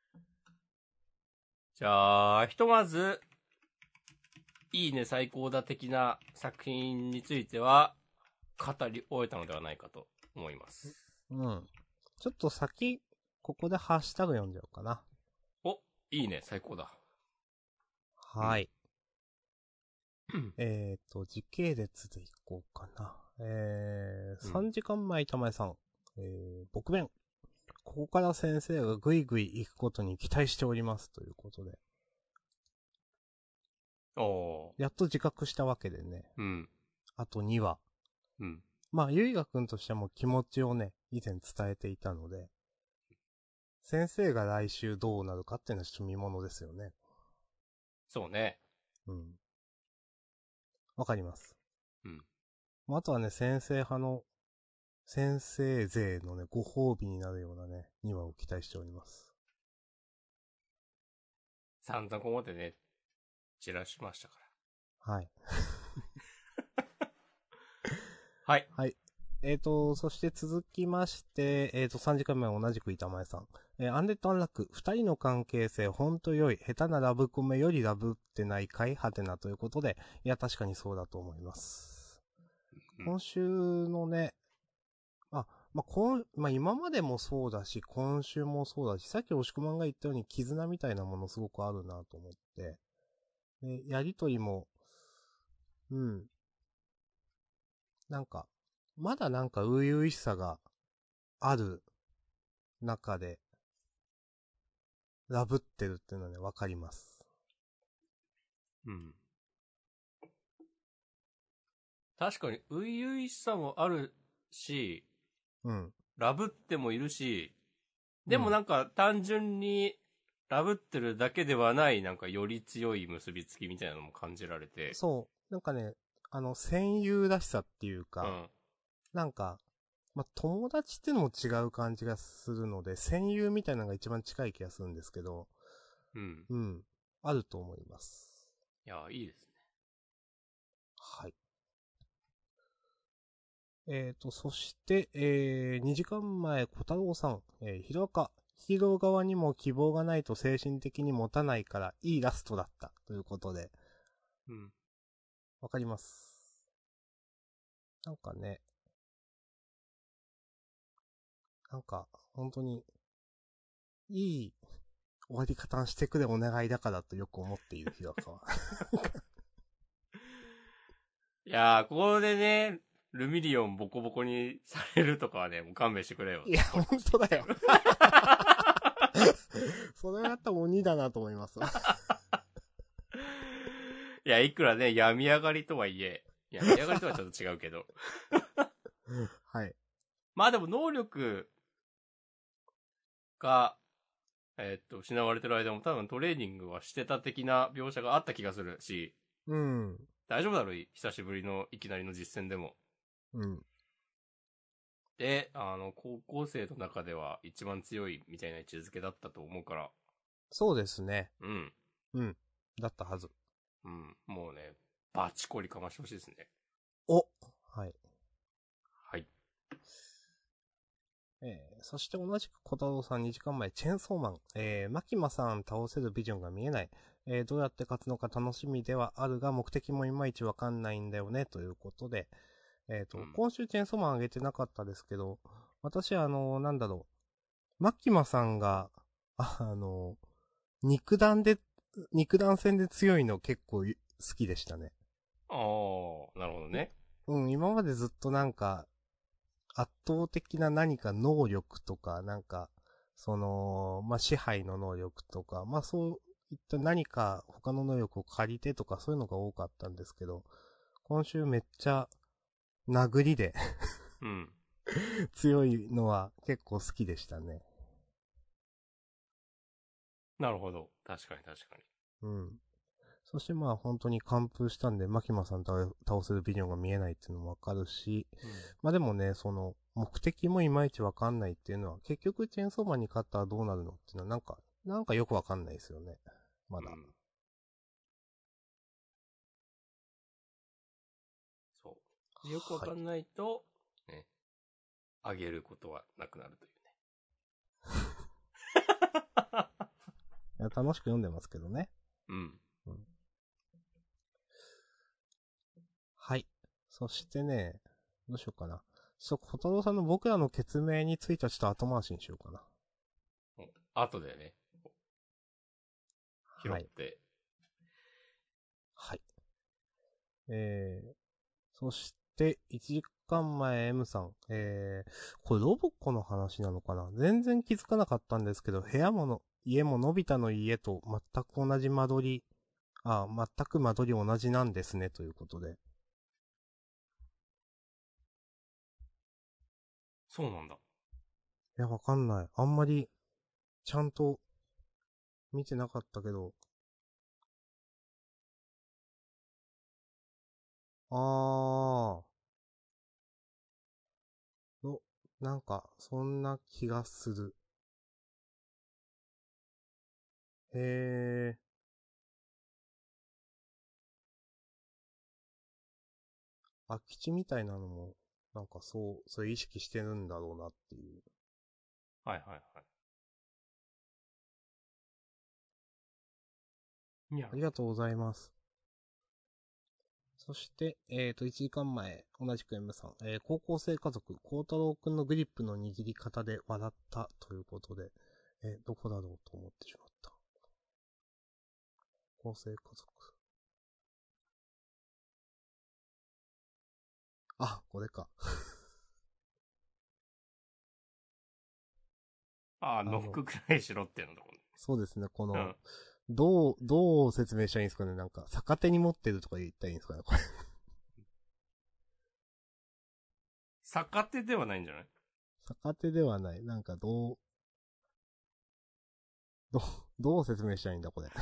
じゃあ、ひとまず、いいね最高だ的な作品については、語り終えたのではないかと思います。 うん。ちょっと先、ここでハッシュタグ読んじゃおうかな。 お、いいね最高だ。 はい。時系列でいこうかな。3時間前、玉井さん。僕弁。ここから先生がぐいぐい行くことに期待しておりますということで。 おー。 やっと自覚したわけでね。 うん。 あと2話。 うん。 まあ、ゆいがくんとしても気持ちをね、以前伝えていたので、先生が来週どうなるかっていうのはちょっと見ものですよね。 そうね。 うん。わかります。 うん。 あとはね、先生派の、先生勢のね、ご褒美になるようなね、2話を期待しております。 散々ここまでね、散らしましたかはい。 ら。はい。 はい。そして続きまして、3時間目は同じく板前さん。アンデッド・アンラック、二人の関係性、ほんと良い、下手なラブコメよりラブってないかいはてなということで、いや、確かにそうだと思います。 うん、 今週のね、今までもそうだし、今週もそうだし、さっき押し込まんが言ったように絆みたいなものすごくあるなと思って、で、やりとりも、うん、なんか、まだなんか初々しさがある中で、ラブってるっていうのはね、わかります。 うん。 確かに、初々しさもあるし、 うん。 ラブってもいるし、でもなんか単純にラブってるだけではない、なんかより強い結びつきみたいなのも感じられて。 そう。なんかね、戦友らしさっていうか、 うん。 なんか、まあ、友達ってのも違う感じがするので、戦友みたいなのが一番近い気がするんですけど、 うん。 うん。あると思います。 いや、いいですね。 はい。そして、2時間前、小太郎さん、ヒロアカ、ヒーロー側にも希望がないと精神的に持たないから、いいラストだった。ということで、 うん。 わかります。なんかね、なんか、本当に、いい終わり方をしてくれお願いだからとよく思っているヒロアカは。 いやー、ここでね、ルミリオンボコボコにされるとかはね、もう勘弁してくれよ。 いや、本当だよ。それだったら鬼だなと思いますわ。 いや、いくらね、病み上がりとはいえ、病み上がりとはちょっと違うけど。 はい。 まあでも能力が、失われてる間も多分トレーニングはしてた的な描写があった気がするし、 うん。 大丈夫だろう、久しぶりのいきなりの実戦でも。 うん。 で、高校生の中では一番強いみたいな位置づけだったと思うから、 そうですね。 うん。 うん。だったはず。 うん。もうね、バチコリかましてほしいですね。 おはい。 はい。 そして同じく小太郎さん2時間前、チェーンソーマン。マキマさん倒せるビジョンが見えない。どうやって勝つのか楽しみではあるが、目的もいまいちわかんないんだよね、ということで。 うん。 今週チェーンソーマン上げてなかったですけど、私なんだろう。マキマさんが、肉弾で、肉弾戦で強いの結構好きでしたね。 ああ、なるほどね。 うん、今までずっとなんか、圧倒的な何か能力とか、なんか、まあ、支配の能力とか、まあ、そういった何か他の能力を借りてとかそういうのが多かったんですけど、今週めっちゃ殴りでうん。 強いのは結構好きでしたね。 なるほど。確かに確かに。 うん。そしてまあ本当に完封したんで、マキマさん倒せるビジョンが見えないっていうのもわかるし、 うん。 まあでもね、目的もいまいちわかんないっていうのは、結局チェーンソーマンに勝ったらどうなるのっていうのはなんかよくわかんないですよね。まだ。 うん。そう。よくわはい。 かんないと、ね、あげることはなくなるというね。 いや楽しく読んでますけどね。 うん。 うん、はい。そしてね、どうしようかな。小太郎さんの僕らの決明についてはちょっと後回しにしようかな。 後でね、拾はい。 って。 はい。そして、1時間前 M さん。これロボッコの話なのかな全然気づかなかったんですけど、家ものび太の家と全く同じ間取り、全く間取り同じなんですね、ということで。 そうなんだ。 いや、わかんない。あんまり、ちゃんと、見てなかったけど。あなんか、そんな気がする。へえ。空き地みたいなのも、なんかそういう意識してるんだろうなっていう。 はいはいはい。いや、 ありがとうございます。そして、1時間前、同じく M さん、高校生家族、孝太郎くんのグリップの握り方で笑ったということで、どこだろうと思ってしまった。高校生家族。これか。 ああ、ノックくらいしろっていうのとこね。 そうですね、 うん。 どう説明したらいいんですかねなんか、逆手に持ってるとか言ったらいいんですかねこれ。 逆手ではないんじゃない？ 逆手ではない。なんかどう説明したらいいんだ、これ。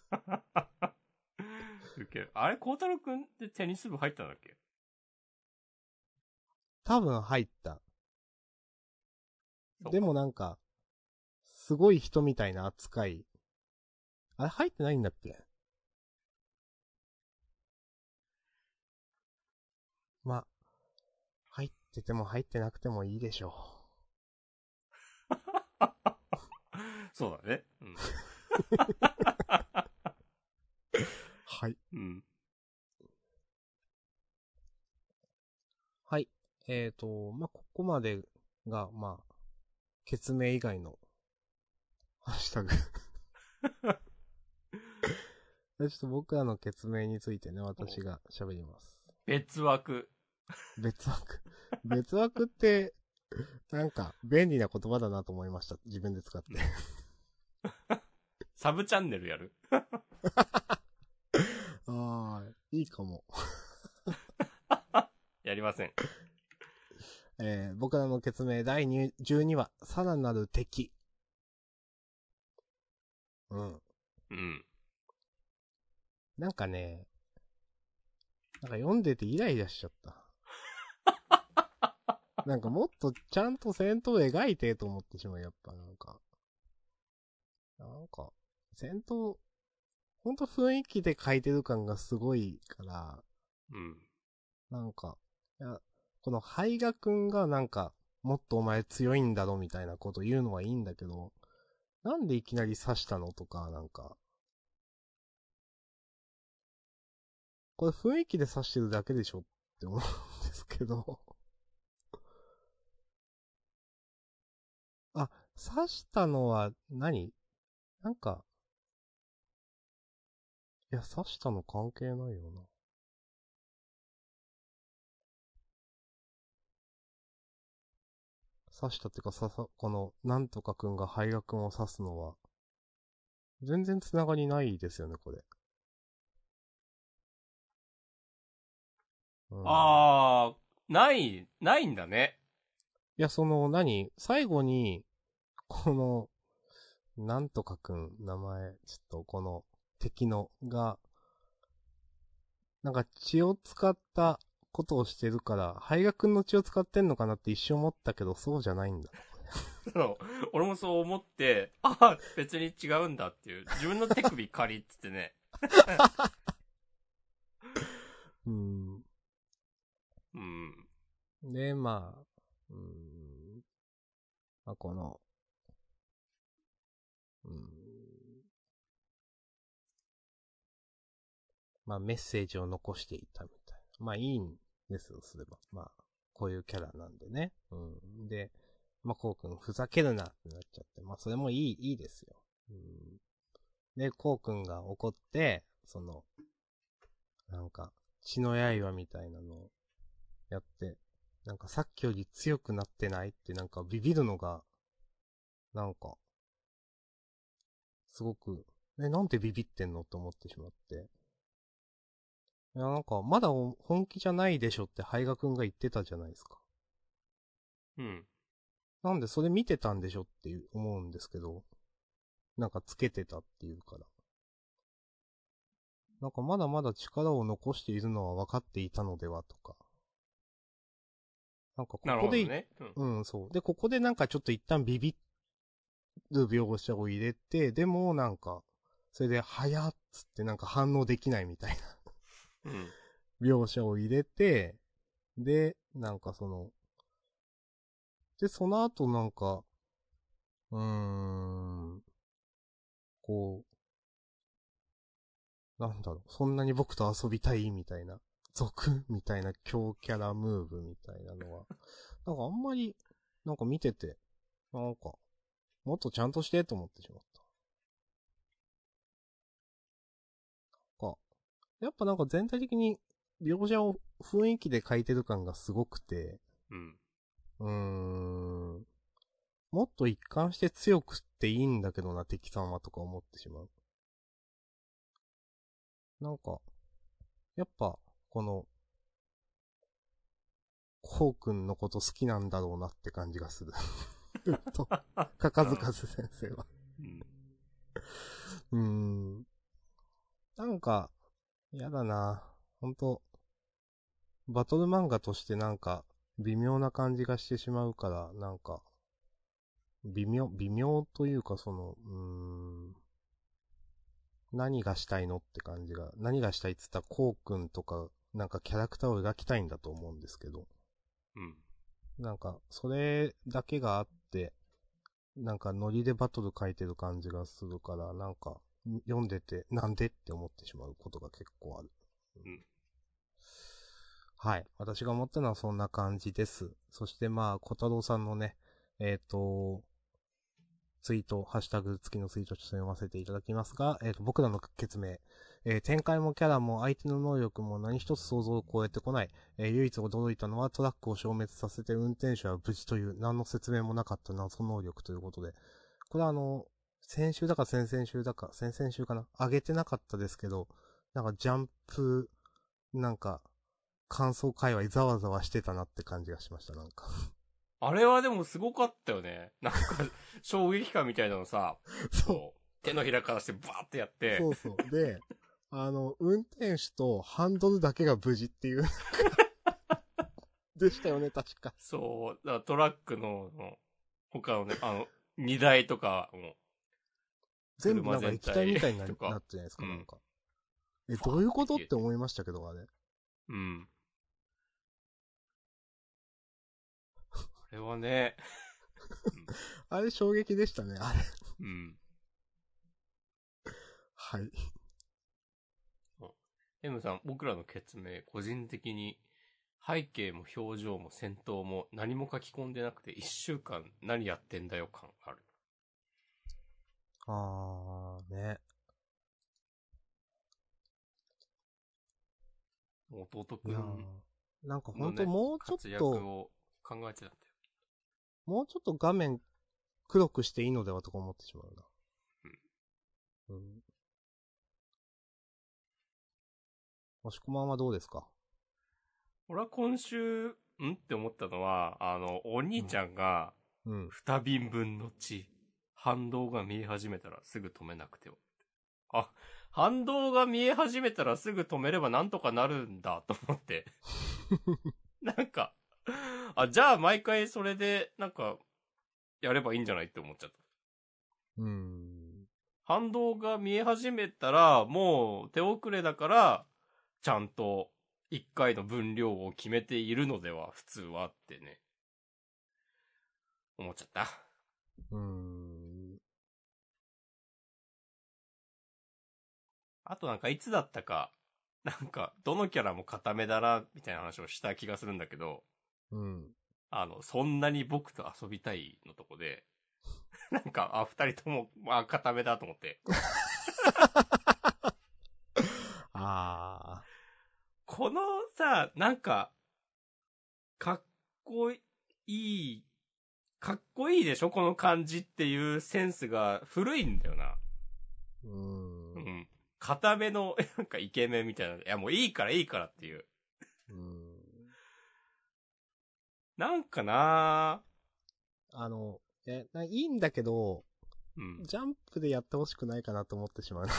ウケる。あれ、孝太郎くんってテニス部入ったんだっけ？ 多分入った。 そうかでもなんか、すごい人みたいな扱い。あれ入ってないんだっけ？まあ、入ってても入ってなくてもいいでしょそうだね。うん。 う。はい。 うん。 はい。まあ、ここまでが、まあ、決明以外の、ハッシュタグ。ちょっと僕らの決明についてね、私が喋ります。 別枠。 別枠。別枠って、なんか、便利な言葉だなと思いました。自分で使って。 サブチャンネルやる。 ああ、いいかも。 やりません。 僕らの決明第12話、さらなる敵。うん。 うん。 なんかね、なんか読んでてイライラしちゃった。なんかもっとちゃんと戦闘描いてと思ってしまう、やっぱなんか。戦闘、ほんと雰囲気で描いてる感がすごいから、 うん。 なんか、いや、このハガくんがなんか、もっとお前強いんだろみたいなこと言うのはいいんだけど、なんでいきなり刺したのとか、なんか、これ雰囲気で刺してるだけでしょって思うんですけど。あ、刺したのはなんか、いや、刺したの関係ないよな。刺したってか、この、なんとかくんがハガくんを刺すのは、全然つながりないですよね、これ。うん。 あー、ないんだね。 いや、最後に、この、なんとかくん、名前、ちょっとこの敵のが、なんか血を使ったことをしてるから、ハイガくんの血を使ってんのかなって一瞬思ったけど、そうじゃないんだ。 そう。俺もそう思って、あ、別に違うんだっていう。自分の手首借りっつってね。 うん。 うん。 で、まあ、うん。まあ、この、うん。まあ、メッセージを残していたみたいな。まあ、いいんですよ、すれば。まあ、こういうキャラなんでね。うん。で、まあ、こうくん、ふざけるなってなっちゃって。まあ、それもいいですよ。うん。で、こうくんが怒って、なんか、血の刃みたいなのをやって、なんかさっきより強くなってないってなんかビビるのが、なんか、すごく、なんでビビってんのって思ってしまって。いや、なんか、まだ本気じゃないでしょってハイガくんが言ってたじゃないですか。 うん。 なんでそれ見てたんでしょって思うんですけど、なんかつけてたっていうから。なんかまだまだ力を残しているのは分かっていたのではとか。なんかこなるこで、 ほどね。うん。 うん、そう。で、ここでなんかちょっと一旦ビビる描写を入れて、でもなんか、それで、早っつってなんか反応できないみたいなうん。 描写を入れて、で、その後なんか、うーん、こなんだろう、そんなに僕と遊びたいみたいな、族みたいな強キャラムーブみたいなのは、なんかあんまり、なんか見てて、なんか、もっとちゃんとしてと思ってしまった。か、やっぱなんか全体的に描写を雰囲気で描いてる感がすごくて、 うん。 うーん、もっと一貫して強くっていいんだけどな、敵さんはとか思ってしまう。なんか、やっぱ、この、 こうくんのこと好きなんだろうなって感じがする。と、かかずかず先生は。なんか、やだな。ほんと、バトル漫画としてなんか、微妙な感じがしてしまうから、なんか、微妙というか何がしたいのって感じが、何がしたいって言ったら、こうくんとか、なんかキャラクターを描きたいんだと思うんですけど、なんか、それだけがあって、なんかノリでバトル書いてる感じがするから、なんか、読んでて、なんでって思ってしまうことが結構ある。はい。私が思ったのはそんな感じです。そしてまあ、小太郎さんのね、ツイート、ハッシュタグ付きのツイートを読ませていただきますが、僕らの決明。展開もキャラも相手の能力も何一つ想像を超えてこない。唯一驚いたのはトラックを消滅させて運転手は無事という何の説明もなかった謎能力ということで。これは先週だか先々週だか、先々週かな上げてなかったですけど、なんかジャンプ、なんか、感想会話ざわざわしてたなって感じがしました、なんか。 あれはでもすごかったよね。なんか、衝撃感みたいなのさ、 そう。 手のひらからしてバーってやって。 そうそう。で、運転手とハンドルだけが無事っていうでしたよね、確か。 そう、だからトラックの、他のね、荷台とかも、 全部なんか液体みたいになったじゃないですか、なんか。どういうことって思いましたけど、あれ。 あれはね、 あれ衝撃でしたね、あれ。はい。 M さん、僕らの決明、個人的に、背景も表情も戦闘も何も書き込んでなくて1週間何やってんだよ感ある。 ね。 弟くん、 なんかほんともうちょっと、 活躍を考えてたんだよ。 もうちょっと画面黒くしていいのではとか思ってしまうな。もしこまんはどうですか？ 俺は今週、って思ったのは、お兄ちゃんが、二瓶分の血、反動が見え始めたらすぐ止めなくては。あ、反動が見え始めたらすぐ止めればなんとかなるんだと思って。なんか、じゃあ毎回それで、なんか、やればいいんじゃないって思っちゃった。反動が見え始めたら、もう手遅れだから、ちゃんと一回の分量を決めているのでは、普通はってね、思っちゃった。あとなんかいつだったか、なんかどのキャラも固めだな、みたいな話をした気がするんだけど、そんなに僕と遊びたいのとこで、なんか、二人とも、固めだと思って。このさ、なんか、かっこいいでしょこの感じっていうセンスが古いんだよな。固めの、なんかイケメンみたいな。いやもういいからっていう。なんかいいんだけど、ジャンプでやってほしくないかなと思ってしまうな。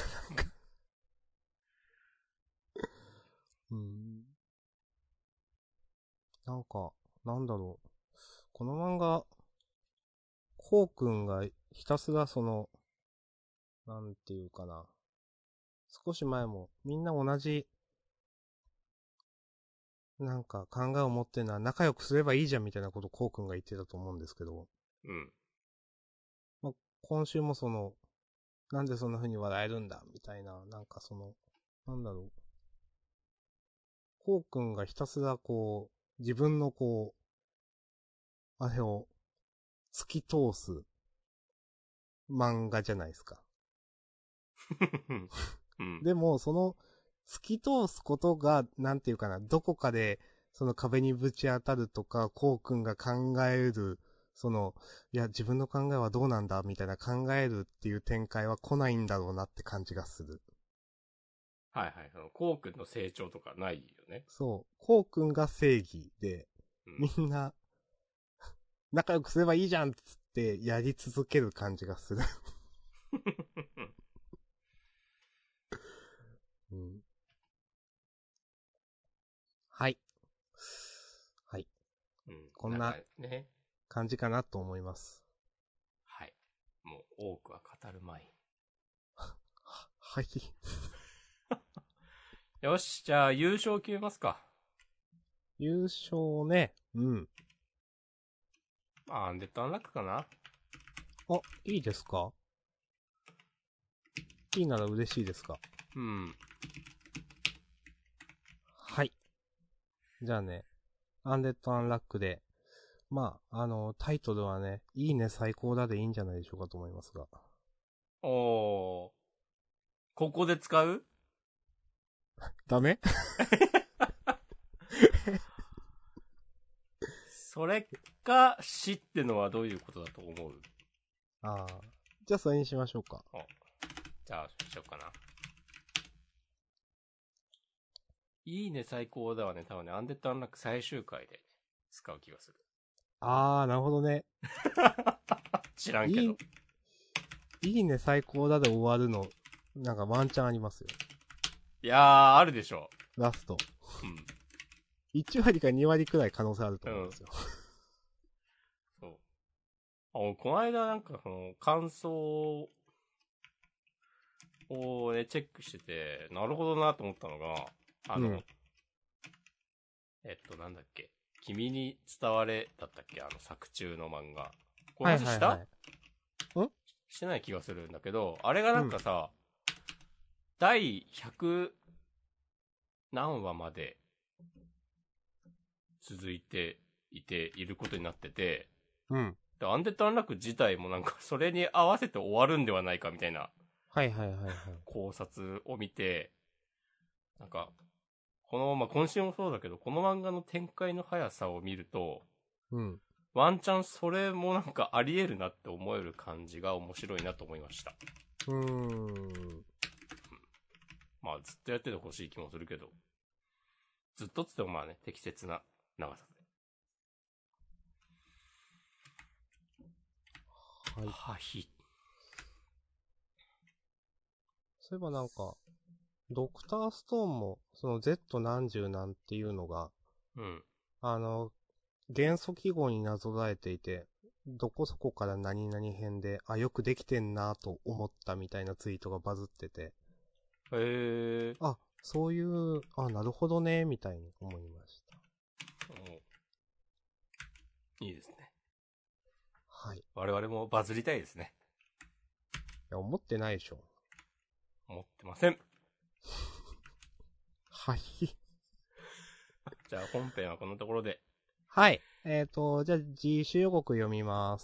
なんか、なんだろう。この漫画、こうくんがひたすらなんていうかな。少し前もみんな同じ、なんか考えを持ってるのは仲良くすればいいじゃんみたいなことをこうくんが言ってたと思うんですけど。今週もなんでそんな風に笑えるんだみたいな、なんかなんだろう。こうくんがひたすら自分のあれを突き通す漫画じゃないですか。でも、突き通すことが、なんていうかな、どこかで、その壁にぶち当たるとか、こうくんが考える、いや、自分の考えはどうなんだ、みたいな考えるっていう展開は来ないんだろうなって感じがする。 はいはい。こうくんの成長とかないよね。 そう。こうくんが正義で、 みんな、仲良くすればいいじゃんっつってやり続ける感じがする。うん、はい。はい。 うん。 こんなね。 感じかなと思います。 はい。もう多くは語るまい。 はい。 よし、じゃあ優勝決めますか。 優勝ね。うん。 アンデッドアンラックかな。 あ、いいですか？いいなら嬉しいですか？ うん。 はい。じゃあね、アンデッドアンラックで、まあ、タイトルはね、いいね最高だでいいんじゃないでしょうかと思いますが。 おー。ここで使う？ ダメ？ それか、死ってのはどういうことだと思う？ ああ。じゃあそれにしましょうか。 じゃあ、しようかな。いいね最高だわね。多分ね、アンデッドアンラック最終回で使う気がする。 ああ、なるほどね。 知らんけど。 いいね最高だで終わるの、なんかワンチャンありますよ。 いやー、あるでしょ。 ラスト。 うん。 1割か2割くらい可能性あると思うんですよ。 そう。この間なんかその、感想をね、チェックしてて、なるほどなと思ったのが、 うん。 なんだっけ。君に伝われだったっけ、作中の漫画。こはいの話した、 はいはい。んしてない気がするんだけど、あれがなんうん。 かさ、第100何話まで続いていることになってて、 うん。 でアンデッドアンラック自体もなんかそれに合わせて終わるんではないかみたいなはいはいはいはい。 考察を見て、なんか、まあ、今週もそうだけど、この漫画の展開の速さを見ると、 うん。 ワンチャンそれもなんかあり得るなって思える感じが面白いなと思いました。まあ、ずっとやっててほしい気もするけど、ずっとっつってもまあね、適切な長さで。 はい。 はひ。 そういえばなんか、ドクターストーンも、その Z 何十何っていうのが、 うん。 あの、元素記号になぞらえていて、どこそこから何々編で、あ、よくできてんなと思ったみたいなツイートがバズってて、 へえ。 あ、そういう、あ、なるほどね、みたいに思いました。 いいですね。 はい。い我々もバズりたいですね。 や、思ってないでしょ。 思ってません。 はい。 じゃあ本編はこのところで。 はい。じゃあ、自主予告読みます。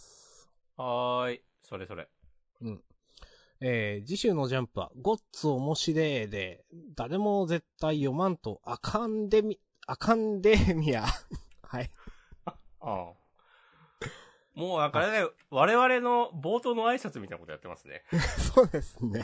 はーい。それそれ。 うん。次週のジャンプは、ゴッツ面白いで、誰も絶対読まんと、アカンデミア。はい。 ああ。もうなんかね、我々の冒頭の挨拶みたいなことやってますね。 そうですね。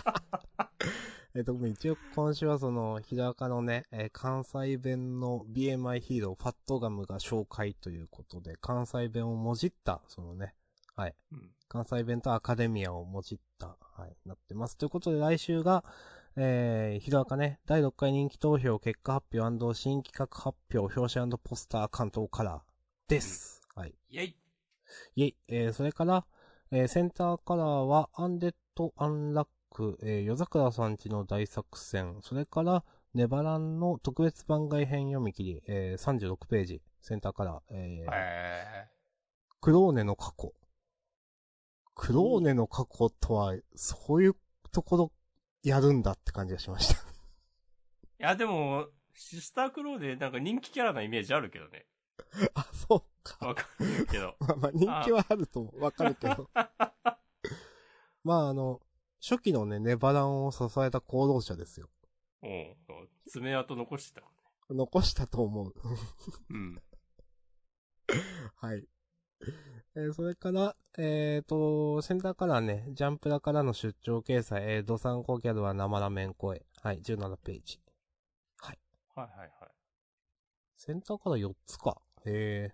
一応今週はその、日高のね、関西弁の BMI ヒーロー、ファットガムが紹介ということで、関西弁をもじった、そのね、はい。 うん。 関西弁とアカデミアをもじった、はい、なってます。ということで来週が、日高ね、第6回人気投票結果発表&新企画発表、表紙&ポスター関東カラーです。はい。 イェイ。 イェイ、それから、センターカラーは、アンデッド・アンラック、夜桜さんちの大作戦、それから、ネバランの特別番外編読み切り、36ページ、センターカラー、クローネの過去。クローネの過去とは、そういうところ、やるんだって感じがしました。 いやでも、シスタークローでなんか人気キャラなイメージあるけどね。 あ、そうか。 わかんないけど。 まあ人気はあるとわかるけど。まあ初期のね、ネバランを支えた功労者ですよ。 うん。爪痕残してたか残したと思う。 らね。うん。 はい。それから、センターカラーね、ジャンプラからの出張掲載、ドサンコギャルは生ラメン声。はい、17ページ。はい。 はいはいはい。 センターカラー4つか。 へ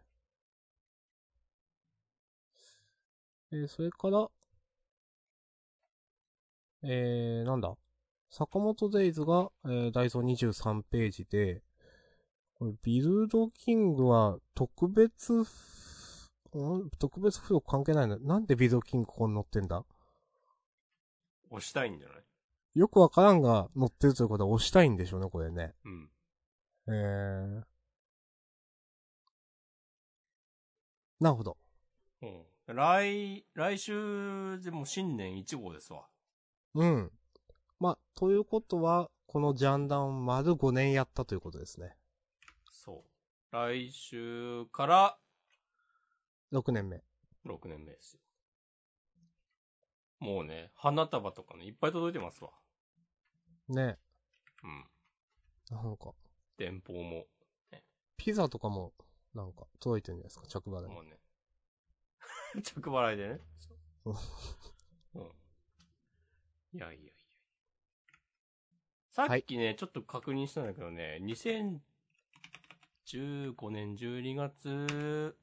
え。それから、なんだ。坂本デイズが、ダイソー23ページで、これビルドキングは特別付録関係ないの？なんでビルドキングここに載ってんだ？ 押したいんじゃない？ よくわからんが載ってるということは押したいんでしょうね、これね。 うん。 なるほど。 うん。来週でもう新年1号ですわ。 うん。ま、ということは、このジャンダン丸5年やったということですね。 そう。来週から 6年目。 6年目ですよ。もうね、花束とかね、いっぱい届いてますわ。 ね。 うん。 なんか、 電報も。ね、 ピザとかも、なんか、届いてるんじゃないですか、着払い。 もうね。着払いでね。うん。いやいやいや。さっはい。 きね、ちょっと確認したんだけどね、2015年12月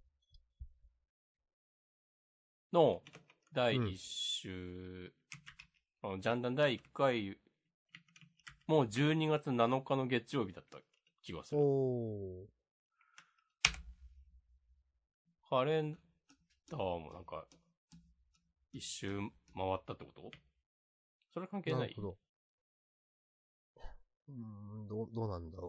の第1週、ジャンダン第1回、もう12月7日の月曜日だった気がする。カレンダーもなんか、一周回ったってこと？それ関係ない？ なるほど。どうなんだろ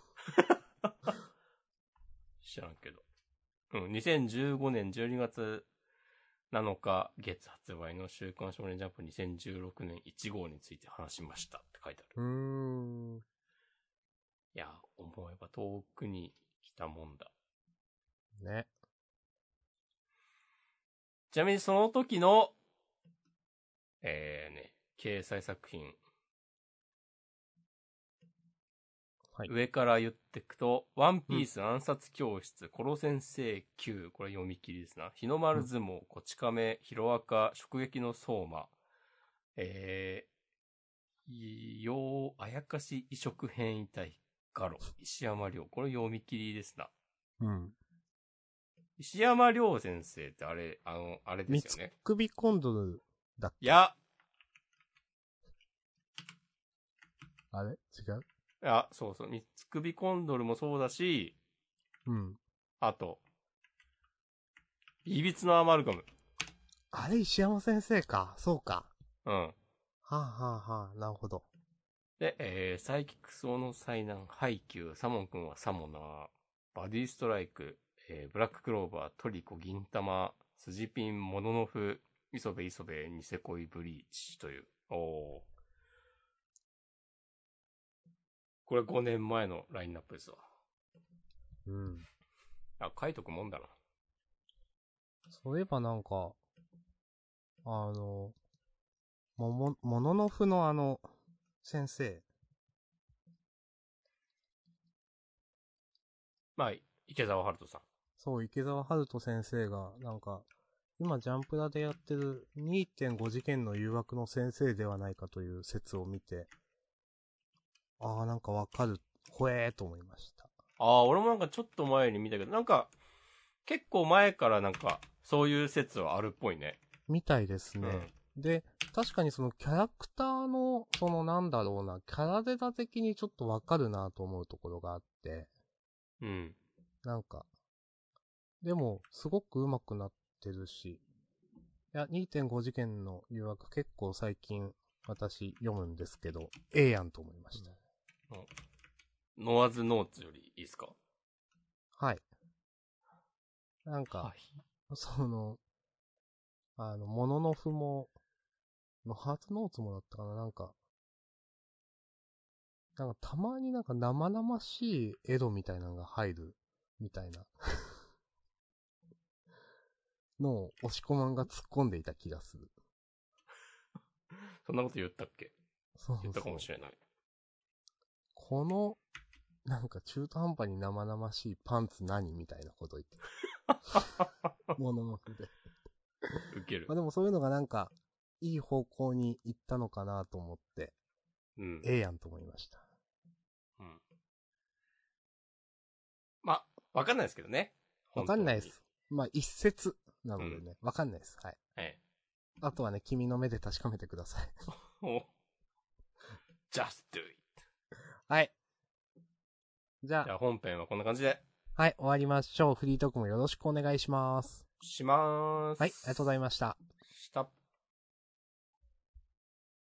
知らんけど。うん、2015年12月7日月発売の週刊少年ジャンプ2016年1号について話しましたって書いてある。いや、思えば遠くに来たもんだ。 ね。 ちなみにその時の、掲載作品。 はい。 上から言ってくと、ワンピース暗殺教室、コロ先生9、これ読み切りですな。日の丸相撲、こち亀、ヒロアカ、直撃の相馬、あやかし移植変異体、ガロ、石山亮、これ読み切りですな。 うん。 石山亮先生ってあれですよね。 三つ首コンドルだっけ？ いや、 あれ違う？ いや、そうそう、三つ首コンドルもそうだし、 うん。 あと、いびつのアマルガム。 あれ石山先生か。そうか。 うん。 はあ、はあはあ、なるほど。 で、サイキックス王の災難、ハイキュー、サモン君はサモナー、バディストライク、ブラッククローバー、トリコ、銀玉、スジピン、モノノフ、磯部、ニセ恋、ブリーチという。これ5年前のラインナップですわ。 うん。 あ、書いとくもんだな。 そういえばなんか、もののふの先生。 まあ、池澤春人さん。 そう、池澤春人先生が、なんか、今ジャンプラでやってる2.5次元の誘惑の先生ではないかという説を見て、ああ、なんかわかる、ほえーと思いました。 俺もなんかちょっと前に見たけど、なんか、結構前からなんか、そういう説はあるっぽいね。 みたいですね。で、確かにそのキャラクターの、そのなんだろうな、キャラデザ的にちょっとわかるなと思うところがあって、 うん。 なんか、でも、すごく上手くなってるし、いや、2.5次元の誘惑結構最近私読むんですけど、ええやんと思いました。 ノワズノーツよりいいですか？ はい。なんか、 はい。 もののふも、のハーツノーツもだったかな、なんかたまになんか生々しいエドみたいなのが入る、みたいなのを押し込まんが突っ込んでいた気がする。 そんなこと言ったっけ？ そうそう。 言ったかもしれない。 この、なんか中途半端に生々しいパンツ何みたいなこと言って。もののふで。 ウケる。 まあでもそういうのがなんか、いい方向に行ったのかなと思って、 うん。 ええやんと思いました。 うん。ま、 わかんないですけどね。 わかんないです。まあ、一説なのでね、わかんないです。はい。 はい。 あとはね、君の目で確かめてください。 お just do it. はい。じゃじゃああ、 本編はこんな感じで。 はい、終わりましょう。フリートークもよろしくお願いします。 しまーす。 はい、ありがとうございました。 した。